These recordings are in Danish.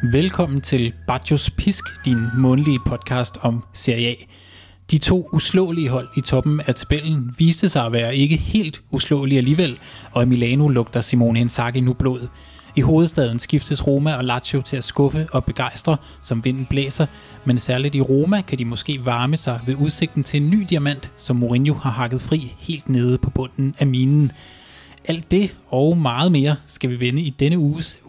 Velkommen til Bajos Pisk, din månedlige podcast om Serie A. De to uslåelige hold i toppen af tabellen viste sig at være ikke helt uslåelige alligevel, og i Milano lugter Simone Inzaghi nu blod. I hovedstaden skiftes Roma og Lazio til at skuffe og begejstre, som vinden blæser, men særligt i Roma kan de måske varme sig ved udsigten til en ny diamant, som Mourinho har hakket fri helt nede på bunden af minen. Alt det og meget mere skal vi vende i denne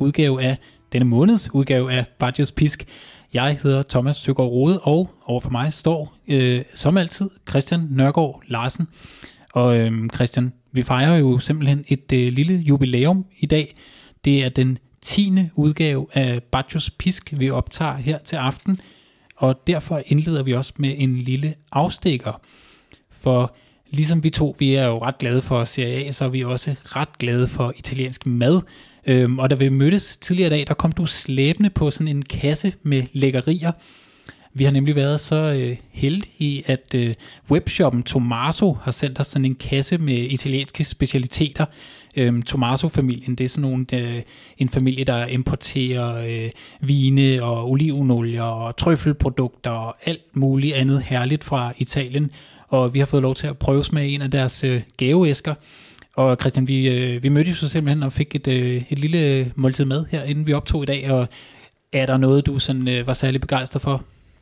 måneds udgave af Bajos Pisk. Jeg hedder Thomas Søgaard Rode, og overfor mig står, som altid, Christian Nørgaard Larsen. Og Christian, vi fejrer jo simpelthen et lille jubilæum i dag. Det er den 10. udgave af Bajos Pisk, vi optager her til aften, og derfor indleder vi også med en lille afstikker. For ligesom vi er jo ret glade for Serie A, så er vi også ret glade for italiensk mad. Og da vi mødtes tidligere i dag, der kom du slæbende på sådan en kasse med lækkerier. Vi har nemlig været så heldige, at webshoppen Tommaso har sendt os sådan en kasse med italienske specialiteter. Tommaso-familien, det er sådan en familie, der importerer vine og olivenolie og trøffelprodukter og alt muligt andet herligt fra Italien. Og vi har fået lov til at prøve smage en af deres gaveæsker. Og Christian, vi mødtes jo simpelthen og fik et lille måltid mad her, inden vi optog i dag. Og er der noget, du sådan, var særlig begejstret for?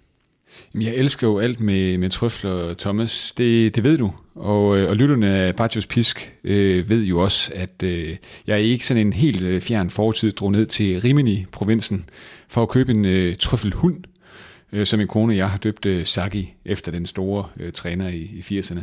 Jeg elsker jo alt med trøfler, Thomas. Det ved du. Og lytterne af Bajos Pisk ved jo også, at jeg er ikke sådan en helt fjern fortid drog ned til Rimini-provinsen for at købe en trøffelhund, som min kone og jeg har døbt Saki efter den store træner i 80'erne.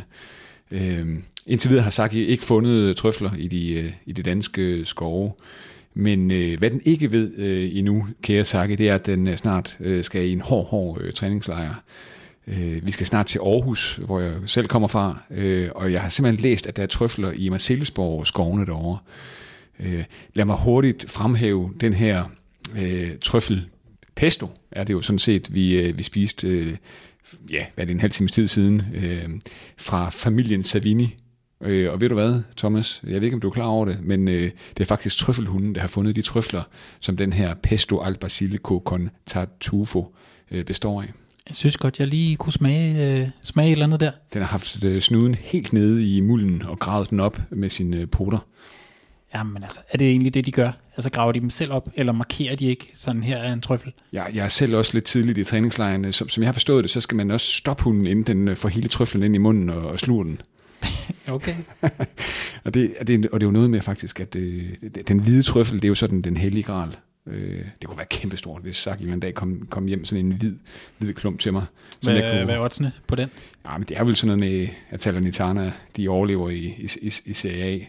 Indtil videre har Saki ikke fundet trøfler i de danske skove. Men hvad den ikke ved endnu, kære Saki, det er, at den snart skal i en hård træningslejr. Vi skal snart til Aarhus, hvor jeg selv kommer fra, og jeg har simpelthen læst, at der er trøfler i Marselisborg skovene derovre. Lad mig hurtigt fremhæve den her trøffel pesto, er det jo sådan set, vi spiste, hvad er det, en halv times tid siden, fra familien Savini. Og ved du hvad, Thomas? Jeg ved ikke, om du er klar over det, men det er faktisk trøffelhunden, der har fundet de trøfler, som den her pesto al basilico con tartufo består af. Jeg synes godt, jeg lige kunne smage et eller andet der. Den har haft snuden helt nede i mulden og gravet den op med sine poter. Jamen altså, er det egentlig det, de gør? Altså graver de dem selv op, eller markerer de ikke sådan, her er en trøffel? Ja, jeg er selv også lidt tidligt i træningslejren. Som jeg har forstået det, så skal man også stoppe hunden, inden den får hele trøffelen ind i munden og sluger den. Okay. og det er jo noget med faktisk, at den hvide trøffel, det er jo sådan den hellige gral. Det kunne være kæmpestort, hvis Saki en dag kom hjem sådan en hvid klump til mig. Hvad er oddsene på den? Ja, men det er vel sådan noget med, at Salernitana, de overlever i Serie A.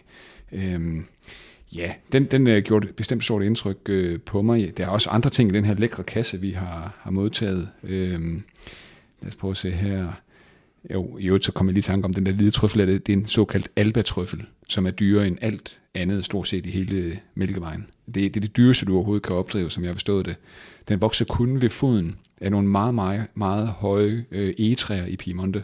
Ja, den gjorde bestemt stort indtryk på mig. Der er også andre ting i den her lækre kasse, vi har modtaget. Lad os prøve at se her. Jo, i øvrigt så kommer jeg lige i tanke om den der hvide trøffel. Det er en såkaldt alba-trøffel, som er dyrere end alt andet stort set i hele Mælkevejen. Det er det dyreste, du overhovedet kan opdrive, som jeg har forstået det. Den vokser kun ved foden af nogle meget, meget, meget høje egetræer i Piemonte.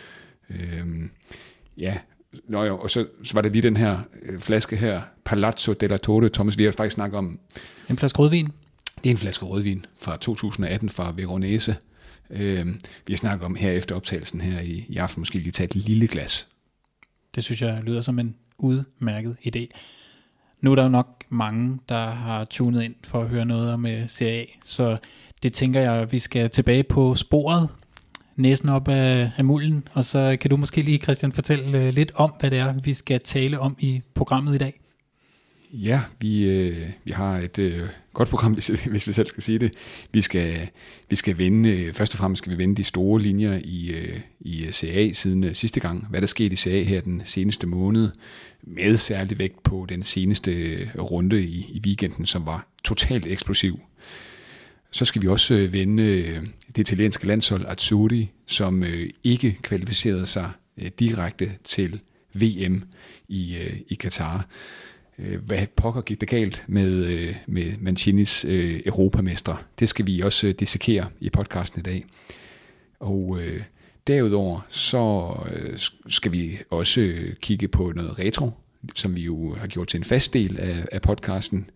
Og så var det lige den her flaske her, Palazzo della Torre, Thomas, vi har faktisk snakket om. En flaske rødvin? Det er en flaske rødvin fra 2018 fra Veronese. Vi har snakket om her efter optagelsen her i aften, måske lige tage et lille glas. Det synes jeg lyder som en udmærket idé. Nu er der jo nok mange, der har tunet ind for at høre noget om Serie A, så det tænker jeg, vi skal tilbage på sporet, næsen op af mulden, og så kan du måske lige, Christian, fortælle lidt om, hvad det er, vi skal tale om i programmet i dag. Ja, vi har et godt program, hvis vi selv skal sige det. Vi skal vende, først og fremmest skal vi vende de store linjer i CA siden sidste gang. Hvad der skete i CA her den seneste måned, med særlig vægt på den seneste runde i weekenden, som var totalt eksplosiv. Så skal vi også vende det italienske landshold Azzurri, som ikke kvalificerede sig direkte til VM i Katar. Hvad pokker gik det galt med Mancinis europamestre? Det skal vi også dissekere i podcasten i dag. Og derudover så skal vi også kigge på noget retro, som vi jo har gjort til en fast del af podcasten.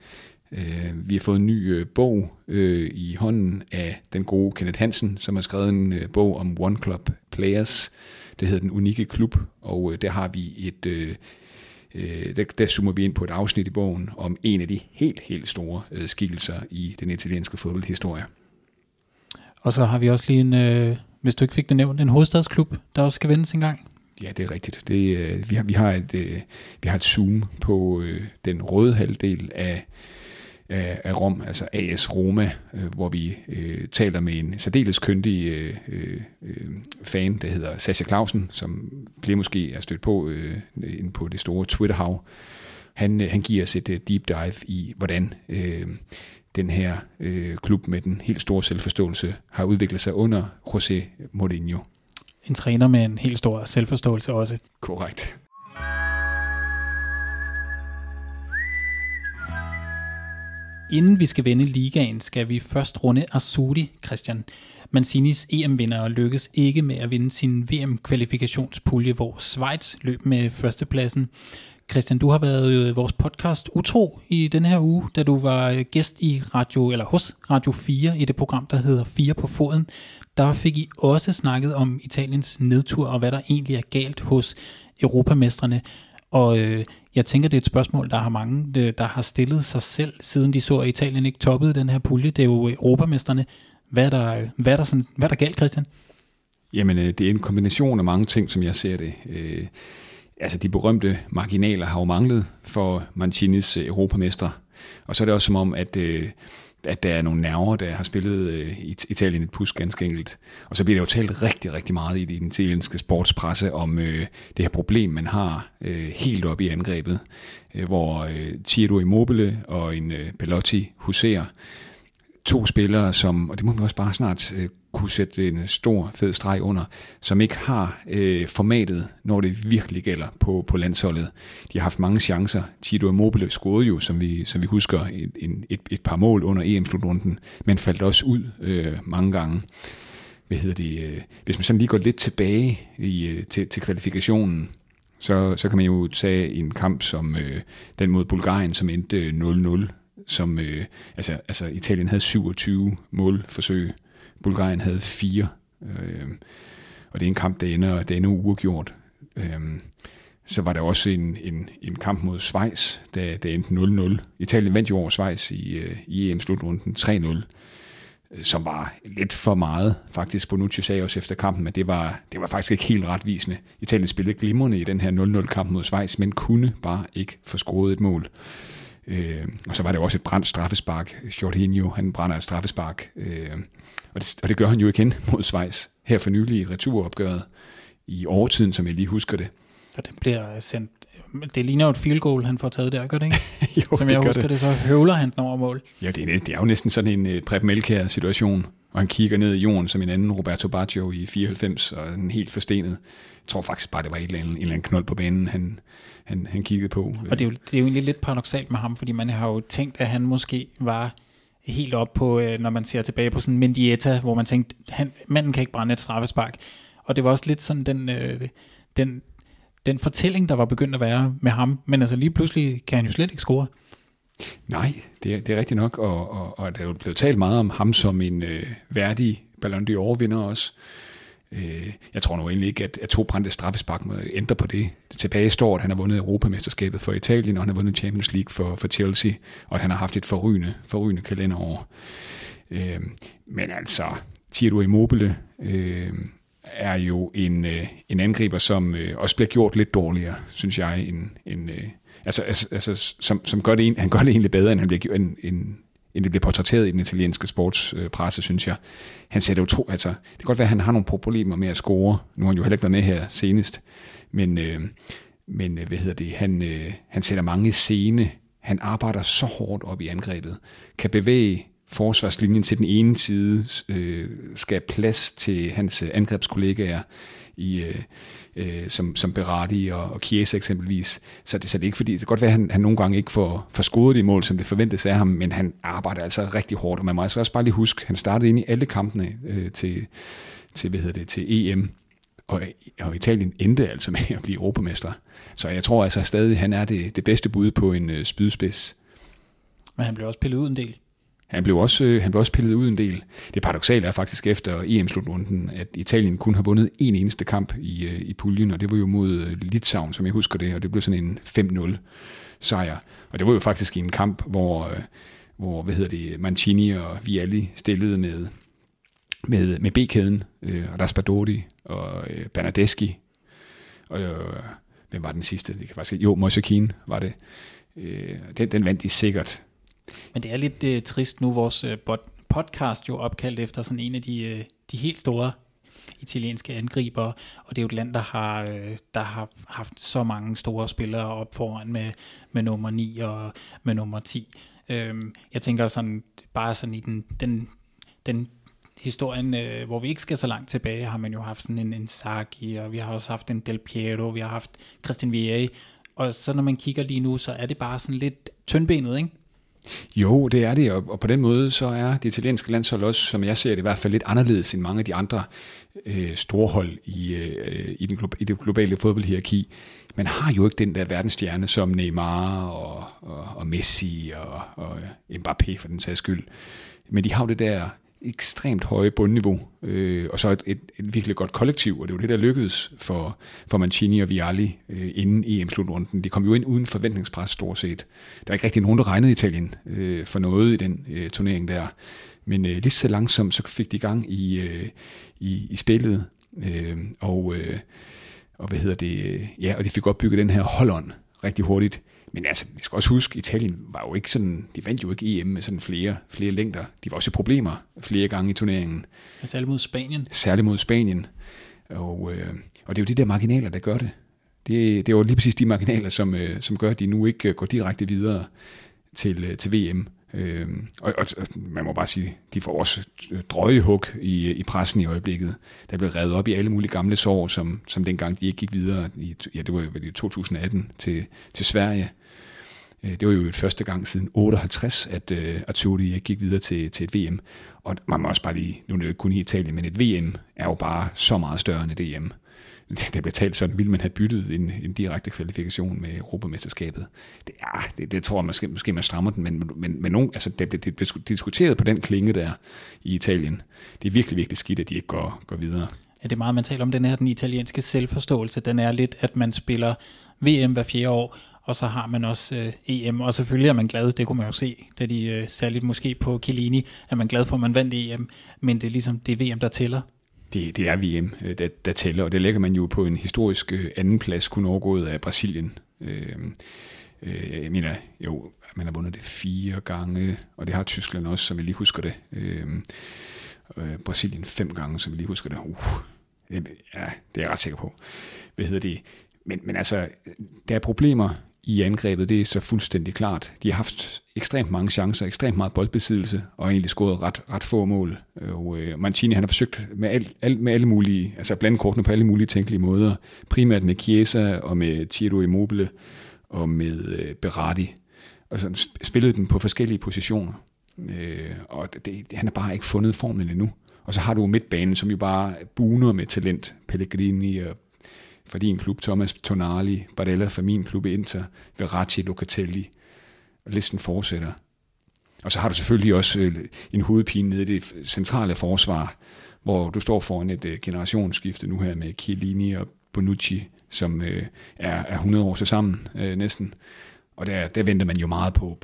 Vi har fået en ny bog i hånden af den gode Kenneth Hansen, som har skrevet en bog om One Club Players. Det hedder Den Unikke Klub, og der har vi der zoomer vi ind på et afsnit i bogen om en af de helt store skikkelser i den italienske fodboldhistorie. Og så har vi også lige en, hvis du ikke fik det nævnt, en hovedstadsklub, der også skal vendes en gang. Ja, det er rigtigt. Vi har et zoom på den røde halvdel af Rom, altså AS Roma, hvor vi taler med en særdeles kyndig fan, der hedder Sascha Clausen, som flere måske er stødt på inde på det store Twitter-hav. Han giver os et deep dive i, hvordan den her klub med den helt store selvforståelse har udviklet sig under José Mourinho. En træner med en helt stor selvforståelse også. Korrekt. Inden vi skal vende ligaen, skal vi først runde Azzurri, Christian. Mancinis EM-vinder lykkes ikke med at vinde sin VM-kvalifikationspulje, hvor Schweiz løb med førstepladsen. Christian, du har været vores podcast utro i denne her uge, da du var gæst hos Radio 4 i det program, der hedder 4 på foden. Der fik I også snakket om Italiens nedtur og hvad der egentlig er galt hos europamestrene. Og jeg tænker, det er et spørgsmål, der har mange, der har stillet sig selv, siden de så, at Italien ikke toppede den her pulje. Det er jo europamestrene. Hvad er der galt, Christian? Jamen, det er en kombination af mange ting, som jeg ser det. Altså, de berømte marginaler har jo manglet for Mancinis europamestre. Og så er det også som om, at der er nogle nerver, der har spillet Italien et pus ganske enkelt. Og så bliver der jo talt rigtig, rigtig meget i den italienske sportspresse om det her problem, man har helt op i angrebet, hvor Ciro Immobile og en Belotti huserer. 2 spillere, som, og det må vi også bare snart kunne sætte en stor, fed streg under, som ikke har formatet, når det virkelig gælder på landsholdet. De har haft mange chancer. Ciro Immobile scorede jo, som vi husker, et par mål under EM-slutrunden, men faldt også ud mange gange. Hvis man sådan lige går lidt tilbage til kvalifikationen, så kan man jo tage en kamp som den mod Bulgarien, som endte 0-0, som altså Italien havde 27 målforsøg, Bulgarien havde 4, og det er en kamp, der ender uafgjort. Så var der også en kamp mod Schweiz, der endte 0-0. Italien vandt jo over Schweiz i EM-slutrunden 3-0, som var lidt for meget. Faktisk Bonucci sagde også efter kampen, men det var faktisk ikke helt retvisende. Italien spillede glimrende i den her 0-0-kamp mod Schweiz, men kunne bare ikke få scoret et mål. Og så var det også et brændt straffespark. Jorginho, han brænder et straffespark, og det gør han jo igen mod Schweiz. Her for nylig i returopgøret i overtiden, som jeg lige husker det. Og den bliver sendt. Det ligner jo et field goal, han får taget der, gør det ikke? Jo, som jeg husker det, så høvler han den over mål. Ja, det er jo næsten sådan en Preben Elkjær situation, og han kigger ned i jorden som en anden Roberto Baggio i 94, og den helt forstenet. Jeg tror faktisk bare, det var en eller anden knold på banen, han kiggede på. Og det er jo egentlig lidt paradoksalt med ham, fordi man har jo tænkt, at han måske var helt op på, når man ser tilbage på sådan Mendieta, hvor man tænkte, manden kan ikke brænde et straffespark. Og det var også lidt sådan den fortælling, der var begyndt at være med ham. Men altså lige pludselig kan han jo slet ikke score. Nej, det er rigtigt nok, og der er jo blevet talt meget om ham som en værdig Ballon d'Or-vinder også. Jeg tror nu egentlig ikke, at 2 brændte straffespark må ændre på det. Det tilbage står, at han har vundet Europamesterskabet for Italien, og han har vundet Champions League for Chelsea, og at han har haft et forrygende kalenderår. Men altså, Ciro Immobile er jo en angriber, som også bliver gjort lidt dårligere, synes jeg, som gør det, han gør det egentlig bedre, end han bliver end det bliver portrætteret i den italienske sportspresse, synes jeg. Han sætter jo det kan godt være, at han har nogle problemer med at score. Nu har han jo heller ikke været med her senest, men han sætter mange i scene. Han arbejder så hårdt op i angrebet, kan bevæge forsvarslinjen til den ene side, skal plads til hans angrebskollegaer som Berardi og Chiesa eksempelvis. Så det er ikke fordi, det kan godt være, at han nogle gange ikke får scoret de mål, som det forventes af ham, men han arbejder altså rigtig hårdt, og man må altså også bare lige huske, han startede ind i alle kampene til EM, og Italien endte altså med at blive europamester. Så jeg tror altså stadig, han er det bedste bud på en spydspids. Men han blev også pillet ud en del. Han blev også pillet ud en del. Det paradoksale er faktisk efter EM-slutrunden, at Italien kun har vundet en eneste kamp i puljen, og det var jo mod Litauen, som jeg husker det, og det blev sådan en 5-0 sejr. Og det var jo faktisk i en kamp, hvor Mancini og Vialli stillede med B-kæden, og Raspadori og Bernardeschi, og hvem var den sidste? Det kan faktisk Moise Kean var det. Den vandt de sikkert. Men det er lidt trist nu, vores podcast jo opkaldt efter sådan en af de helt store italienske angribere, og det er jo et land, der har haft så mange store spillere op foran med nummer 9 og med nummer 10. Jeg tænker sådan, bare sådan i den historien, hvor vi ikke skal så langt tilbage, har man jo haft sådan en Inzaghi, og vi har også haft en Del Piero, vi har haft Christian Vieri, og så når man kigger lige nu, så er det bare sådan lidt tyndbenet, ikke? Jo, det er det, og på den måde så er det italienske landshold også, som jeg ser det, i hvert fald lidt anderledes end mange af de andre storhold i det globale fodboldhierarki. Man har jo ikke den der verdensstjerne som Neymar og Messi og Mbappé for den sags skyld, men de har jo det der ekstremt høje bundniveau, og så et virkelig godt kollektiv, og det er jo det, der lykkedes for Mancini og Vialli inden EM-slutrunden. De kom jo ind uden forventningspres stort set. Der er ikke rigtig nogen, der regnede Italien for noget i den turnering der, men lige så langsomt, så fik de gang i spillet, og de fik opbygget den her holdånd rigtig hurtigt. Men altså, vi skal også huske, Italien var jo ikke sådan, de vandt jo ikke EM med sådan flere længder. De var også i problemer flere gange i turneringen. Særligt mod Spanien. Særligt mod Spanien. Og det er jo de der marginaler, der gør det. Det er jo lige præcis de marginaler, som gør, at de nu ikke går direkte videre til VM. Og man må bare sige, de får også drøjehug i pressen i øjeblikket. Der blev revet op i alle mulige gamle sår, som dengang de ikke gik videre, det var jo i 2018 til Sverige. Det var jo første gang siden 58, at Azzurri ikke gik videre til et VM. Og man må også bare lige, nu er det jo ikke kun i Italien, men et VM er jo bare så meget større end et EM. Der bliver talt sådan, vil man have byttet en direkte kvalifikation med Europamesterskabet. Det tror jeg måske man strammer den, men nogen, altså det bliver diskuteret på den klinge der i Italien. Det er virkelig, virkelig skidt, at de ikke går videre. Ja, det er meget, man taler om den italienske selvforståelse. Den er lidt, at man spiller VM hver 4 år, og så har man også EM, og selvfølgelig er man glad, det kunne man jo se, da de særligt måske på Chiellini, er man glad for, at man vandt EM, men det er ligesom det VM, der tæller. Det er VM, der tæller, og det lægger man jo på en historisk andenplads, kun overgået af Brasilien. Jeg mener, jo, man har vundet det 4 gange, og det har Tyskland også, som jeg lige husker det. Brasilien 5 gange, som jeg lige husker det. Ja, det er jeg ret sikker på. Men altså, der er problemer i angrebet, det er så fuldstændig klart. De har haft ekstremt mange chancer, ekstremt meget boldbesiddelse, og egentlig scoret ret få mål. Og Mancini, han har forsøgt med alle mulige, altså blande kortene på alle mulige tænkelige måder. Primært med Chiesa og med Ciro Immobile og med Berardi. Og så spillede dem på forskellige positioner. Og han har bare ikke fundet formlen endnu. Og så har du midtbanen, som jo bare buner med talent. Pellegrini og for din klub, Thomas Tonali, Barella for min klub Inter, Verratti, Locatelli, og listen fortsætter. Og så har du selvfølgelig også en hovedpine nede i det centrale forsvar, hvor du står foran et generationsskifte nu her med Chiellini og Bonucci, som er 100 år til sammen næsten. Og der venter man jo meget på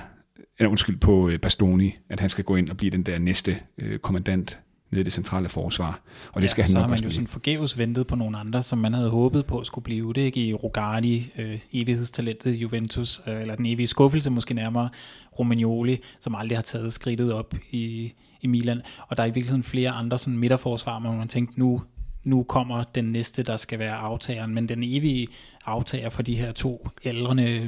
på Bastoni, at han skal gå ind og blive den der næste kommandant nede i det centrale forsvar. Og det skal han så nok har man også jo blive. sådan forgæves ventet på nogle andre, som man havde håbet på skulle blive det, ikke? I Rogardi, evighedstalentet Juventus, eller den evige skuffelse måske nærmere, Romagnoli, som aldrig har taget skridtet op i Milan. Og der er i virkeligheden flere andre sådan midterforsvar, hvor man tænkte, nu kommer den næste, der skal være aftageren, men den evige aftager for de her 2 ældrende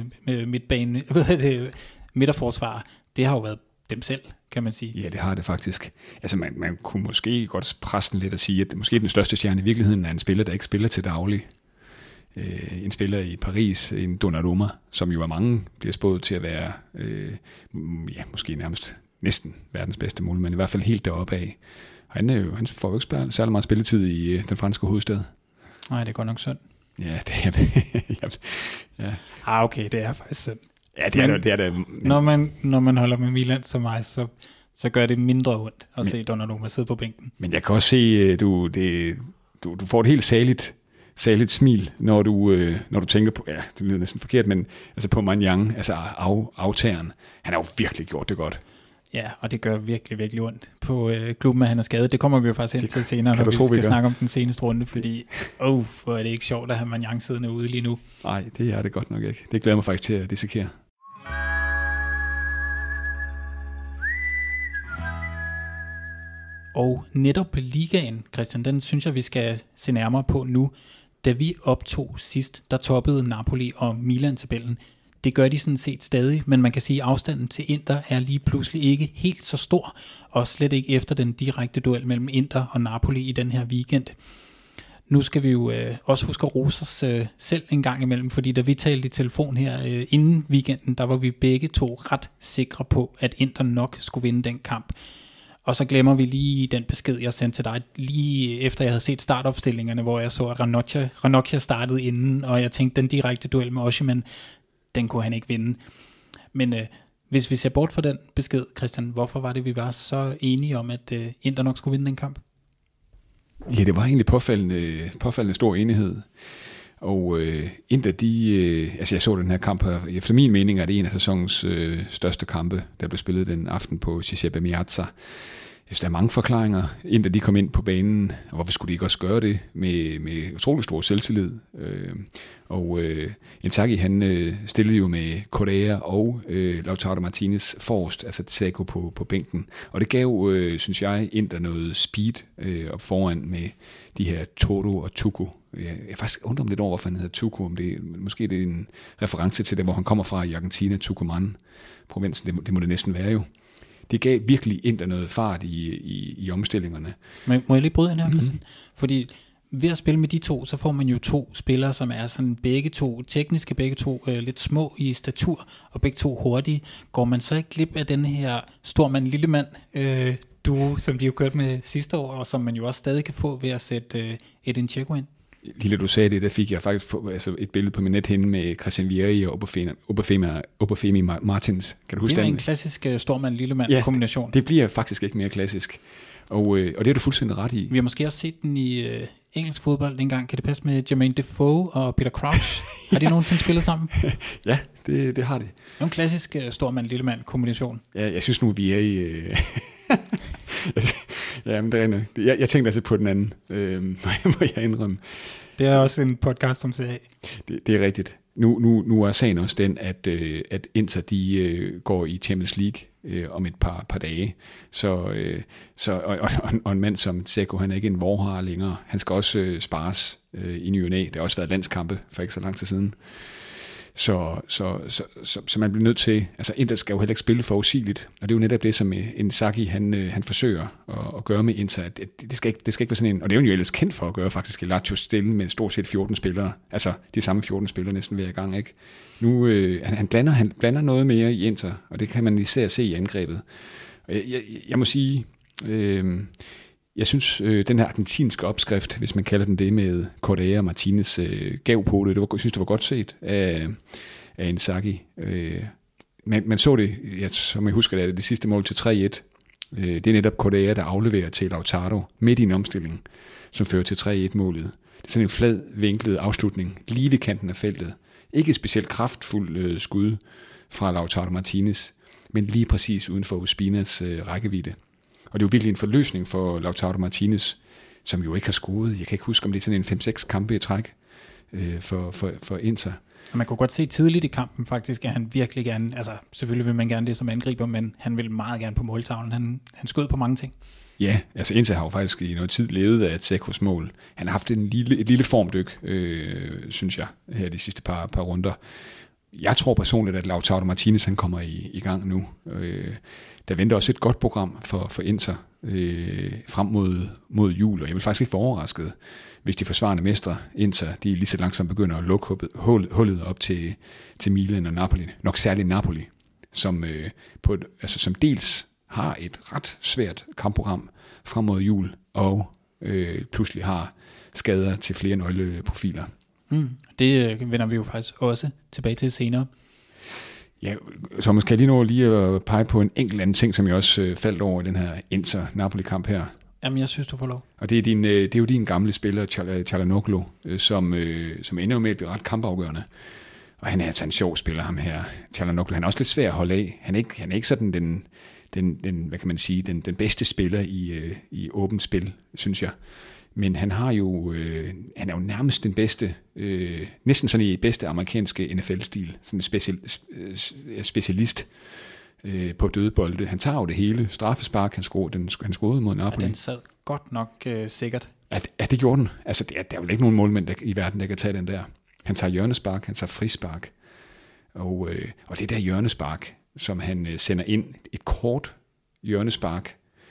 midterforsvar, det har jo været dem selv, kan man sige. Ja, det har det faktisk. Altså man kunne måske godt presse den lidt og sige, at måske den største stjerne i virkeligheden er en spiller, der ikke spiller til daglig. En spiller i Paris, en Donnarumma, som jo af mange bliver spået til at være, måske nærmest næsten verdens bedste målmand, i hvert fald helt deroppe af. Han får jo ikke særlig meget spilletid i den franske hovedstad. Nej, det er godt nok synd. Ja, det er ja. Okay, det er faktisk synd. Ja, det er det. Når man holder med Milan som mig, så gør det mindre ondt at se Donnarumma sidde på bænken. Men jeg kan også se, du får et helt saligt smil, når du tænker på, ja, det lyder næsten forkert, men altså på Maignan, altså aftageren. Han har jo virkelig gjort det godt. Ja, og det gør virkelig, virkelig ondt på klubben, at han er skadet. Det kommer vi jo faktisk ind til senere, når vi skal snakke om den seneste runde, fordi hvor er det ikke sjovt at have Maignan siddende ude lige nu. Nej, det er det godt nok ikke. Det glæder mig faktisk til at dissekere. Og netop ligaen, Christian, den synes jeg, vi skal se nærmere på nu. Da vi optog sidst, der toppede Napoli og Milan-tabellen. Det gør de sådan set stadig, men man kan sige, at afstanden til Inter er lige pludselig ikke helt så stor, og slet ikke efter den direkte duel mellem Inter og Napoli i den her weekend. Nu skal vi jo også huske at rose os selv en gang imellem, fordi da vi talte i telefon her inden weekenden, der var vi begge to ret sikre på, at Inter nok skulle vinde den kamp. Og så glemmer vi lige den besked, jeg sendte til dig, lige efter jeg havde set startopstillingerne, hvor jeg så, at Ranocchia startede inden, og jeg tænkte, den direkte duel med Osimhen, den kunne han ikke vinde. Men hvis vi ser bort fra den besked, Christian, hvorfor var det, vi var så enige om, at Inter nok skulle vinde den kamp? Ja, det var egentlig påfaldende stor enighed. Og Inter, altså jeg så den her kamp her, efter min mening er det en af sæsonens største kampe, der blev spillet den aften på Giuseppe Meazza. Der er mange forklaringer. Inter de kom ind på banen, og hvorfor skulle de ikke også gøre det med utrolig stor selvtillid? Og Inzaghi han stillede jo med Correa og Lautaro Martinez forrest, altså Dzeko på bænken. Og det gav, synes jeg, Inter noget speed op foran med de her Toro og Tuco. Jeg faktisk undrer mig lidt over, hvorfor han hedder Tuco. Måske det er en reference til det, hvor han kommer fra i Argentina, Tucumán-provinsen. Det må det næsten være jo. Det gav virkelig Inter noget fart i omstillingerne. Men må jeg lige bryde ind her, Christian? Fordi ved at spille med de to, så får man jo to spillere, som er sådan begge to tekniske, begge to lidt små i statur, og begge to hurtige. Går man så ikke glip af den her stormand-lillemand duo, som de jo kørte med sidste år, og som man jo også stadig kan få ved at sætte Edin Dzeko ind? Lige du sagde det, der fik jeg faktisk et billede på min net med Christian Vieri og Obafemi Martins. Kan du huske det? Det er den? En klassisk stormand-lillemand kombination. Det bliver faktisk ikke mere klassisk. Og det er du fuldstændig ret i. Vi har måske også set den i engelsk fodbold engang. Kan det passe med Jermaine Defoe og Peter Crouch? Har de nogensinde spillet sammen? Ja, det har de. Det er en klassisk stormand-lillemand kombination. Ja, jeg synes nu, vi er i... Ja, men det er nok. Jeg tænkte altså på den anden, må jeg indrømme. Det er også en podcast, som siger. Det er rigtigt. Nu er sagen også den, at Inter de går i Champions League om et par dage. Og en mand som Dzeko, han er ikke en vorhar længere. Han skal også spares i ny og næ. Det har også været landskampe for ikke så lang tid siden. Så man bliver nødt til, altså Inter skal jo heller ikke spille forudsigeligt, og det er jo netop det, som Inzaghi han forsøger at gøre med Inter, at det skal ikke være sådan en, og det er jo ellers kendt for at gøre faktisk, Lazio stille med stort set 14 spillere, altså de samme 14 spillere næsten hver gang, ikke? Nu, han blander noget mere i Inter, og det kan man især se i angrebet. Jeg må sige, jeg synes, den her argentinske opskrift, hvis man kalder den det, med Correa og Martinez gav på det, jeg synes, det var godt set af Inzaghi. Man så det, som jeg husker det sidste mål til 3-1. Det er netop Correa, der afleverer til Lautaro midt i en omstilling, som fører til 3-1-målet. Det er sådan en flad, vinklet afslutning, lige ved kanten af feltet. Ikke et specielt kraftfuld skud fra Lautaro Martinez, men lige præcis uden for Ospinas rækkevidde. Og det er jo virkelig en forløsning for Lautaro Martinez, som jo ikke har scoret. Jeg kan ikke huske, om det er sådan en 5-6 kampe i træk for Inter. Og man kunne godt se tidligt i kampen faktisk, at han virkelig gerne, altså selvfølgelig vil man gerne det som angriber, men han vil meget gerne på måltavlen. Han skød på mange ting. Ja, altså Inter har jo faktisk i noget tid levet af Dzekos mål. Han har haft et lille formdyk, synes jeg, her de sidste par runder. Jeg tror personligt, at Lautaro Martinez han kommer i gang nu. Der venter også et godt program for Inter frem mod jul, og jeg vil faktisk ikke være overrasket, hvis de forsvarende mestre Inter, de lige så langsomt begynder at lukke hullet op til Milan og Napoli. Nok særligt Napoli, som dels har et ret svært kampprogram frem mod jul, og pludselig har skader til flere nøgleprofiler. Det vender vi jo faktisk også tilbage til senere. Ja, så måske lige nå lige at pege på en enkelt anden ting, som jeg også faldt over i den her Inter-Napoli-kamp her. Jamen, jeg synes, du får lov. Og det er jo din gamle spiller, Çalhanoğlu, som ender med at blive ret kampafgørende. Og han er altså en sjov spiller, ham her, Çalhanoğlu. Han er også lidt svær at holde af. Han er ikke sådan den hvad kan man sige, den bedste spiller i åbent spil, synes jeg. Men han har jo, han er jo nærmest den bedste, næsten sådan i bedste amerikanske NFL-stil, sådan en specialist på dødbolde. Han tager jo det hele. Straffespark, han scorede mod Napoli. Ja, den sad godt nok sikkert. Ja, det gjorde den. Altså, der er jo ikke nogen målmænd i verden, der kan tage den der. Han tager hjørnespark, han tager frispark. Og det der hjørnespark, som han sender ind, et kort hjørnespark,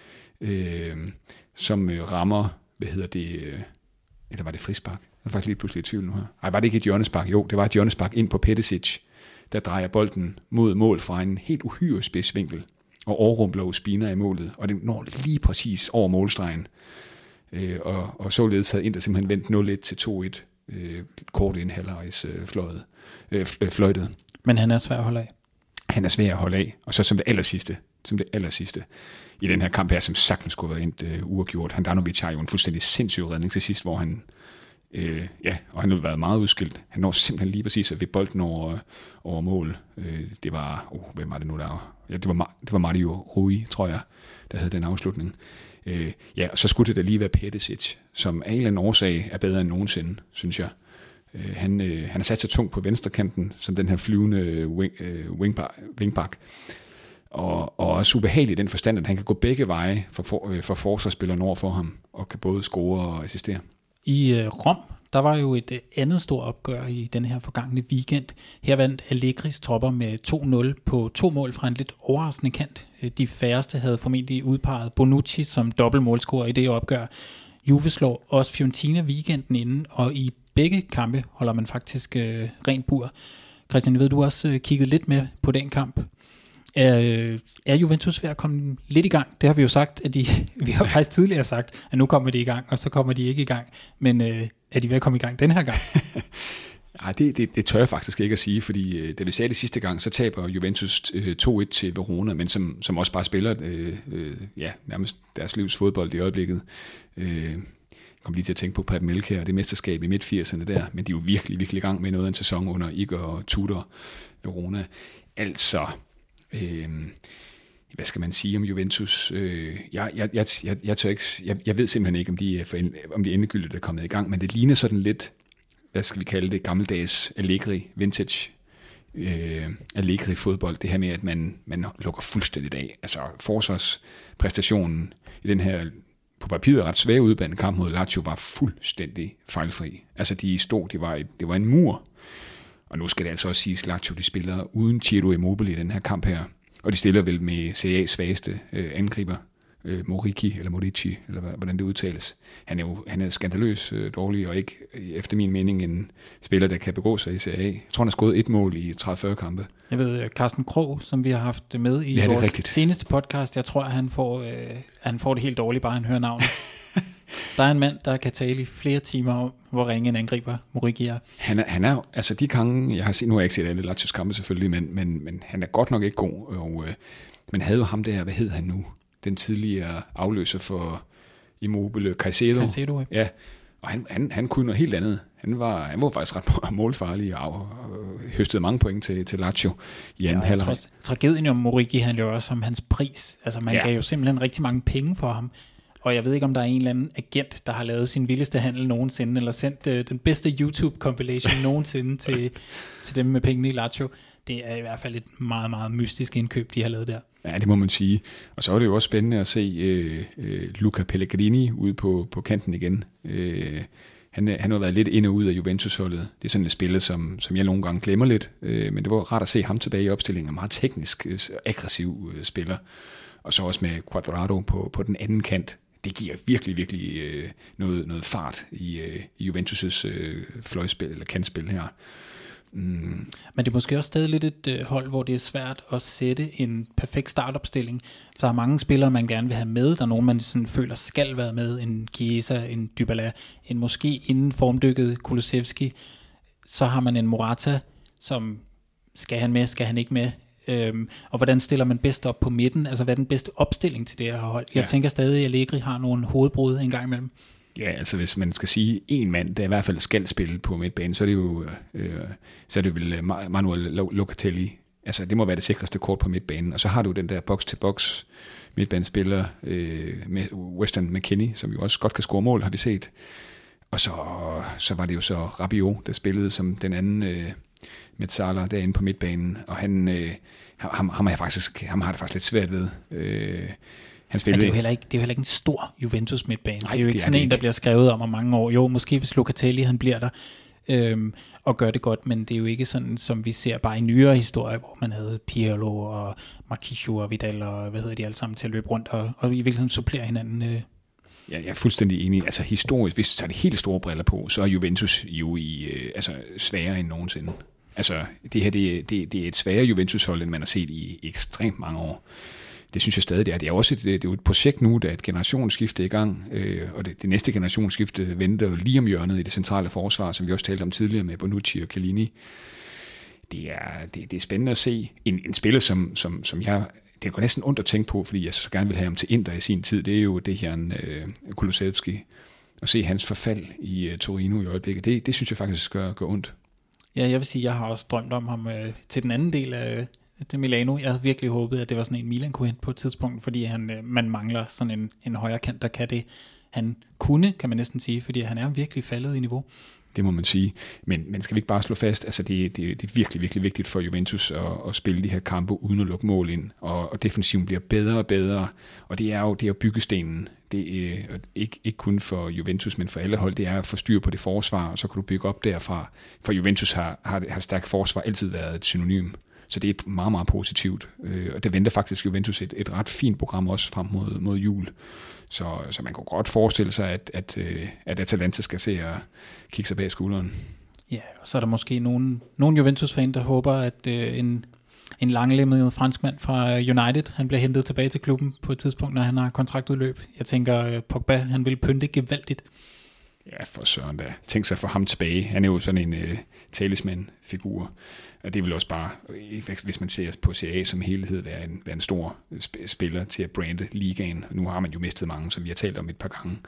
som rammer, eller var det frispark? Jeg er faktisk lige pludselig i tvivl nu her. Ej, var det ikke et hjørnespark? Jo, det var et hjørnespark ind på Peticic, der drejer bolden mod mål fra en helt uhyre spidsvinkel, og overrumpler Ospina i målet, og det når lige præcis over målstregen. Og således havde Inter simpelthen vendt 0-1 til 2-1, kort inden halvlejs fløjtet. Men han er svær at holde af. Han er svær at holde af, og så som det allersidste i den her kamp her, som sagtens skulle være endt uafgjort. Handanovic har jo en fuldstændig sindssyg redning til sidst, hvor han, og han har været meget udskilt. Han når simpelthen lige præcis at ved bolden over mål. Det var, hvem var det nu der? Ja, det var Mario Rui, tror jeg, der havde den afslutning. Og så skulle det da lige være Peticic, som af en eller anden årsag er bedre end nogensinde, synes jeg. Han har sat sig tungt på venstrekanten, som den her flyvende wingback. Og også ubehagelig i den forstand, at han kan gå begge veje for forsvarsspilleren over for ham, og kan både score og assistere. I Rom, der var jo et andet stort opgør i den her forgangne weekend. Her vandt Allegris tropper med 2-0 på 2 mål fra en lidt overraskende kant. De færreste havde formentlig udpeget Bonucci som dobbeltmålscorer i det opgør. Juve slår også Fiorentina weekenden inden, og i begge kampe holder man faktisk rent bur. Christian, jeg ved, du også kigget lidt med på den kamp. Er Juventus ved at komme lidt i gang? Det har vi jo sagt, vi har faktisk tidligere sagt, at nu kommer de i gang, og så kommer de ikke i gang. Men er de ved at komme i gang den her gang? Nej, det tør jeg faktisk ikke at sige, fordi da vi sagde det sidste gang, så taber Juventus 2-1 til Verona, men som også bare spiller nærmest deres livs fodbold i øjeblikket. Jeg kom lige til at tænke på Pep Melchior og det mesterskab i midt-80'erne der, men de er jo virkelig, virkelig i gang med noget af en sæson under Igor og Tudor Verona. Altså, hvad skal man sige om Juventus? Jeg tør ikke, jeg ved simpelthen ikke, om de endegyldigt er kommet i gang, men det ligner sådan lidt, hvad skal vi kalde det, gammeldags Allegri, vintage Allegri fodbold. Det her med, at man lukker fuldstændigt af. Altså forsvarspræstationen i den her på papiret ret svære udbanekamp mod Lazio var fuldstændig fejlfri. Altså det var en mur. Og nu skal det altså også siges, Lazio de spiller uden Ciro Immobile i den her kamp her. Og de stiller vel med Serie A's svageste angriber, Morici, eller hvordan det udtales. Han er skandaløs dårlig, og ikke efter min mening en spiller, der kan begå sig i Serie A. Jeg tror, han har skåret 1 mål i 30-40 kampe. Jeg ved, Carsten Krog, som vi har haft med i vores seneste podcast, jeg tror, at han får det helt dårligt, bare han hører navnet. Der er en mand, der kan tale i flere timer om, hvor ringe en angriber Morici er. Han er altså de gange, jeg har set, nu har jeg ikke set alle Lazios kampe selvfølgelig, men han er godt nok ikke god. Men havde jo ham der, hvad hed han nu? Den tidligere afløser for Immobile, Caicedo. Ja, og han kunne noget helt andet. Han var faktisk ret målfarlig og høstede mange point til Lazio i anden halvleg. Tragedien om Morici handler jo også om hans pris. Altså man gav jo simpelthen rigtig mange penge for ham. Og jeg ved ikke, om der er en eller anden agent, der har lavet sin vildeste handel nogensinde, eller sendt den bedste YouTube-compilation nogensinde til dem med pengene i Lazio. Det er i hvert fald et meget, meget mystisk indkøb, de har lavet der. Ja, det må man sige. Og så er det jo også spændende at se Luca Pellegrini ude på kanten igen. Han har været lidt ind og ud af Juventus-holdet. Det er sådan et spiller, som jeg nogle gange glemmer lidt. Men det var rart at se ham tilbage i opstillingen. Meget teknisk, aggressiv spiller. Og så også med Cuadrado på den anden kant. Det giver virkelig, virkelig noget fart i Juventus' fløjspil eller kantspil her. Men det er måske også stadig lidt et hold, hvor det er svært at sætte en perfekt startopstilling. Så er mange spillere, man gerne vil have med. Der er nogen, man sådan føler skal være med. En Chiesa, en Dybala, en måske inden formdykket Kulusevski. Så har man en Morata, som skal han med, skal han ikke med. Og hvordan stiller man bedst op på midten? Altså, hvad er den bedste opstilling til det her hold? Jeg tænker stadig, at Allegri har nogle hovedbrud en gang imellem. Ja, altså hvis man skal sige en mand, der i hvert fald skal spille på midtbanen, så er det jo vel Manuel Locatelli. Altså det må være det sikreste kort på midtbanen. Og så har du den der box-til-box midtbanespiller med Weston McKennie, som jo også godt kan score mål, har vi set. Og så var det jo så Rabiot, der spillede som den anden Metzala derinde på midtbanen. Og ham har det faktisk lidt svært ved. Det er jo heller ikke en stor Juventus midtbane. Det er jo ikke sådan en, der bliver skrevet om mange år. Jo, måske hvis Locatelli han bliver der og gør det godt, men det er jo ikke sådan, som vi ser bare i nyere historie, hvor man havde Pirlo og Marquinhos og Vidal og hvad hedder de alle sammen til at løbe rundt og i virkeligheden supplere hinanden. Ja, jeg er fuldstændig enig. Altså historisk, hvis vi tager de helt store briller på, så er Juventus jo sværere end nogensinde. Altså det her, det er et sværere Juventus-hold, end man har set i ekstremt mange år. Det synes jeg stadig, det er. Det er også det er jo et projekt nu, der er et generationsskifte i gang, og det næste generationsskifte venter jo lige om hjørnet i det centrale forsvar, som vi også talte om tidligere med Bonucci og Chiellini. Det er spændende at se en spiller, som jeg... Det går næsten ondt at tænke på, fordi jeg så gerne vil have ham til Inter i sin tid. Det er jo det her Kulusevski. At se hans forfald i Torino i øjeblikket, det synes jeg faktisk gør ondt. Ja, jeg vil sige, jeg har også drømt om ham til den anden del af det Milano. Jeg havde virkelig håbet, at det var sådan en Milan kunne hente på et tidspunkt, fordi man mangler sådan en højre kant, der kan det. Han kunne, kan man næsten sige, fordi han er virkelig faldet i niveau. Det må man sige. Men skal vi ikke bare slå fast, altså det er virkelig, virkelig vigtigt for Juventus at spille de her kampe uden at lukke mål ind, og defensiven bliver bedre og bedre, og det er jo byggestenen. Det er ikke kun for Juventus, men for alle hold, det er at få styr på det forsvar, og så kan du bygge op derfra. For Juventus har et stærkt forsvar altid været et synonym. Så det er meget, meget positivt. Og det venter faktisk Juventus et ret fint program også frem mod jul. Så man kunne godt forestille sig, at Atalanta skal se at kigge sig bag skulderen. Ja, og så er der måske nogle Juventus-fan, der håber, at en langlemmet franskmand fra United, han bliver hentet tilbage til klubben på et tidspunkt, når han har kontraktudløb. Jeg tænker, Pogba, han vil pynte gevaldigt. Ja, for søren da. Tænk sig for ham tilbage. Han er jo sådan en talisman-figur. Og det vil også bare, hvis man ser på CA som helhed, være en stor spiller til at brande ligaen. Nu har man jo mistet mange, som vi har talt om et par gange.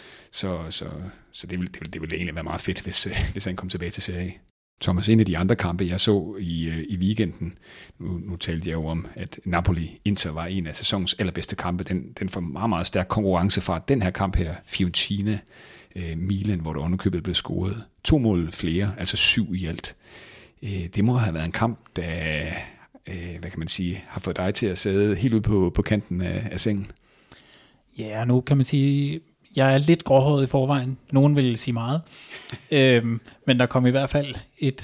Så det vil egentlig være meget fedt, hvis han kom tilbage til CA. Thomas, en af de andre kampe, jeg så i weekenden, nu talte jeg jo om, at Napoli-Inter var en af sæsonens allerbedste kampe. Den får meget, meget stærk konkurrence fra den her kamp her, Fiorentina Milan, hvor der underkøbet blev scoret 2 mål flere, altså 7 i alt. Det må have været en kamp, der, hvad kan man sige, har fået dig til at sidde helt ude på kanten af sengen. Ja, nu kan man sige, jeg er lidt gråhåret i forvejen. Nogen vil sige meget. Men der kom i hvert fald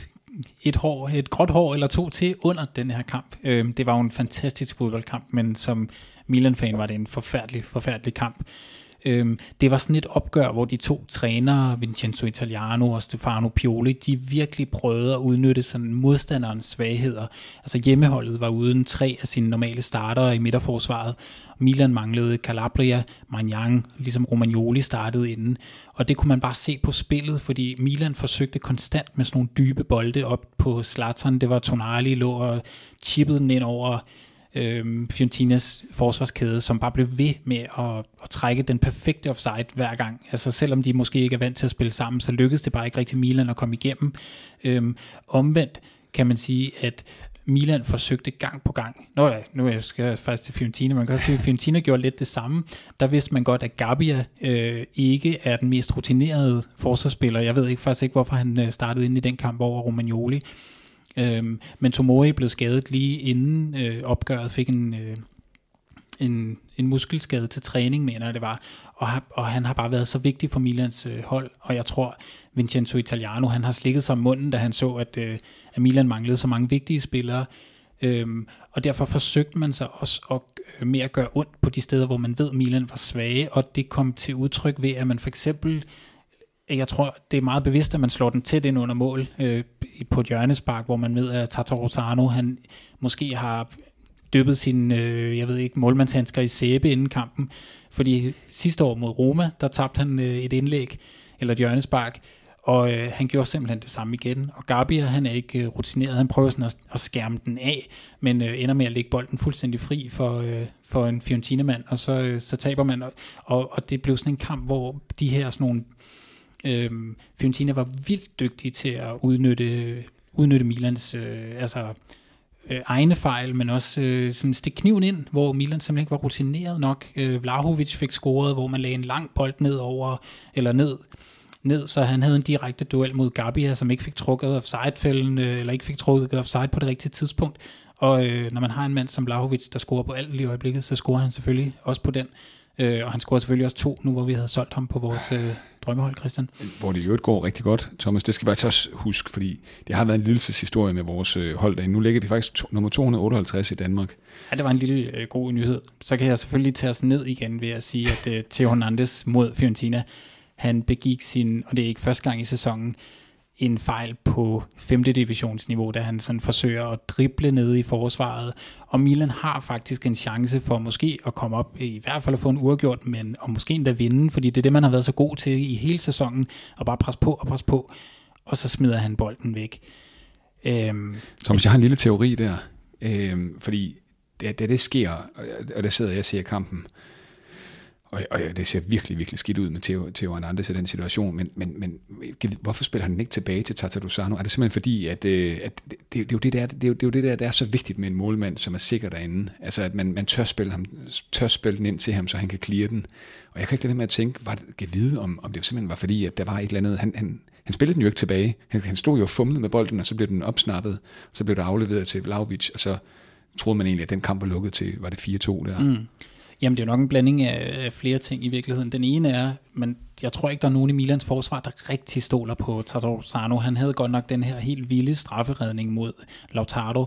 et gråt hår eller 2 til under den her kamp. Det var jo en fantastisk fodboldkamp, men som Milan-fan var det en forfærdelig kamp. Det var sådan et opgør, hvor de 2 trænere, Vincenzo Italiano og Stefano Pioli, de virkelig prøvede at udnytte sådan modstanderens svagheder. Altså hjemmeholdet var uden 3 af sine normale startere i midterforsvaret. Milan manglede Calabria, Maignan, ligesom Romagnoli startede inden. Og det kunne man bare se på spillet, fordi Milan forsøgte konstant med sådan nogle dybe bolde op på Zlatan. Det var Tonali, lå og chippede den ind over Fiorentinas forsvarskæde, som bare blev ved med at trække den perfekte offside hver gang. Altså selvom de måske ikke er vant til at spille sammen, så lykkedes det bare ikke rigtig Milan at komme igennem. Omvendt kan man sige, at Milan forsøgte gang på gang. Nu skal jeg faktisk til Fiorentina. Man kan også sige, at Fiorentina gjorde lidt det samme. Der vidste man godt, at Gabbia ikke er den mest rutinerede forsvarsspiller. Jeg ved faktisk ikke, hvorfor han startede ind i den kamp over Romagnoli. Men Tomori blev skadet lige inden opgøret, fik en muskelskade til træning, mener jeg det var, og han har bare været så vigtig for Milans hold, og jeg tror Vincenzo Italiano, han har slikket sig om munden, da han så, at Milan manglede så mange vigtige spillere, og derfor forsøgte man sig også med at gøre ondt på de steder, hvor man ved, Milan var svage, og det kom til udtryk ved, at man for eksempel, jeg tror, det er meget bevidst, at man slår den tæt ind under mål på et hjørnespark, hvor man ved, at Tata Rosano, han måske har dyppet sin, målmandshandsker i sæbe inden kampen. Fordi sidste år mod Roma, der tabte han et indlæg, eller et hjørnespark, Og han gjorde simpelthen det samme igen. Og Gabbia, han er ikke rutineret. Han prøver sådan at skærme den af, men ender med at lægge bolden fuldstændig fri for en Fiorentina-mand. Og så taber man. Og det blev sådan en kamp, hvor de her sådan nogle... Fiorentina var vildt dygtige til at udnytte Milans egne fejl, men også sådan stikke kniven ind, hvor Milan simpelthen ikke var rutineret nok. Vlahovic fik scoret, hvor man lagde en lang bold ned, så han havde en direkte duel mod Gabbia, som ikke fik trukket offside-fælden, eller ikke fik trukket offside på det rigtige tidspunkt. Og når man har en mand som Vlahovic, der scorer på alt i øjeblikket, så scorer han selvfølgelig også på den. Og han scorer selvfølgelig også 2, nu hvor vi havde solgt ham på vores drømmehold, Christian. Hvor det jo går rigtig godt, Thomas. Det skal vi faktisk også huske, fordi det har været en lidelseshistorie med vores hold derinde. Nu ligger vi faktisk nummer 258 i Danmark. Ja, det var en lille god nyhed. Så kan jeg selvfølgelig tage os ned igen ved at sige, at Theo Hernandez mod Fiorentina, han begik og det er ikke første gang i sæsonen, en fejl på 5. divisionsniveau, da han sådan forsøger at drible nede i forsvaret. Og Milan har faktisk en chance for måske at komme op, i hvert fald at få en uafgjort, men og måske endda vinde, fordi det er det, man har været så god til i hele sæsonen, og bare presse på, og så smider han bolden væk. Thomas, jeg har en lille teori der, fordi da det sker, og der sidder jeg og ser kampen, og det ser virkelig, virkelig skidt ud med Theo Hernandez i den situation, men hvorfor spiller han ikke tilbage til Tatarusanu? Er det simpelthen fordi, at det er jo det der, der er så vigtigt med en målmand, som er sikker derinde? Altså, at man tør spille den ind til ham, så han kan clear den. Og jeg kan ikke lade være med at tænke, om det simpelthen var fordi, at der var et eller andet. Han spillede den jo ikke tilbage. Han stod jo og fumlede med bolden, og så blev den opsnappet, og så blev der afleveret til Vlahovic, og så troede man egentlig, at den kamp var lukket til, var det 4-2 der? Mm. Jamen, det er jo nok en blanding af flere ting i virkeligheden. Den ene er, men jeg tror ikke, der er nogen i Milans forsvar, der rigtig stoler på Tatarusanu. Han havde godt nok den her helt vilde strafferedning mod Lautaro,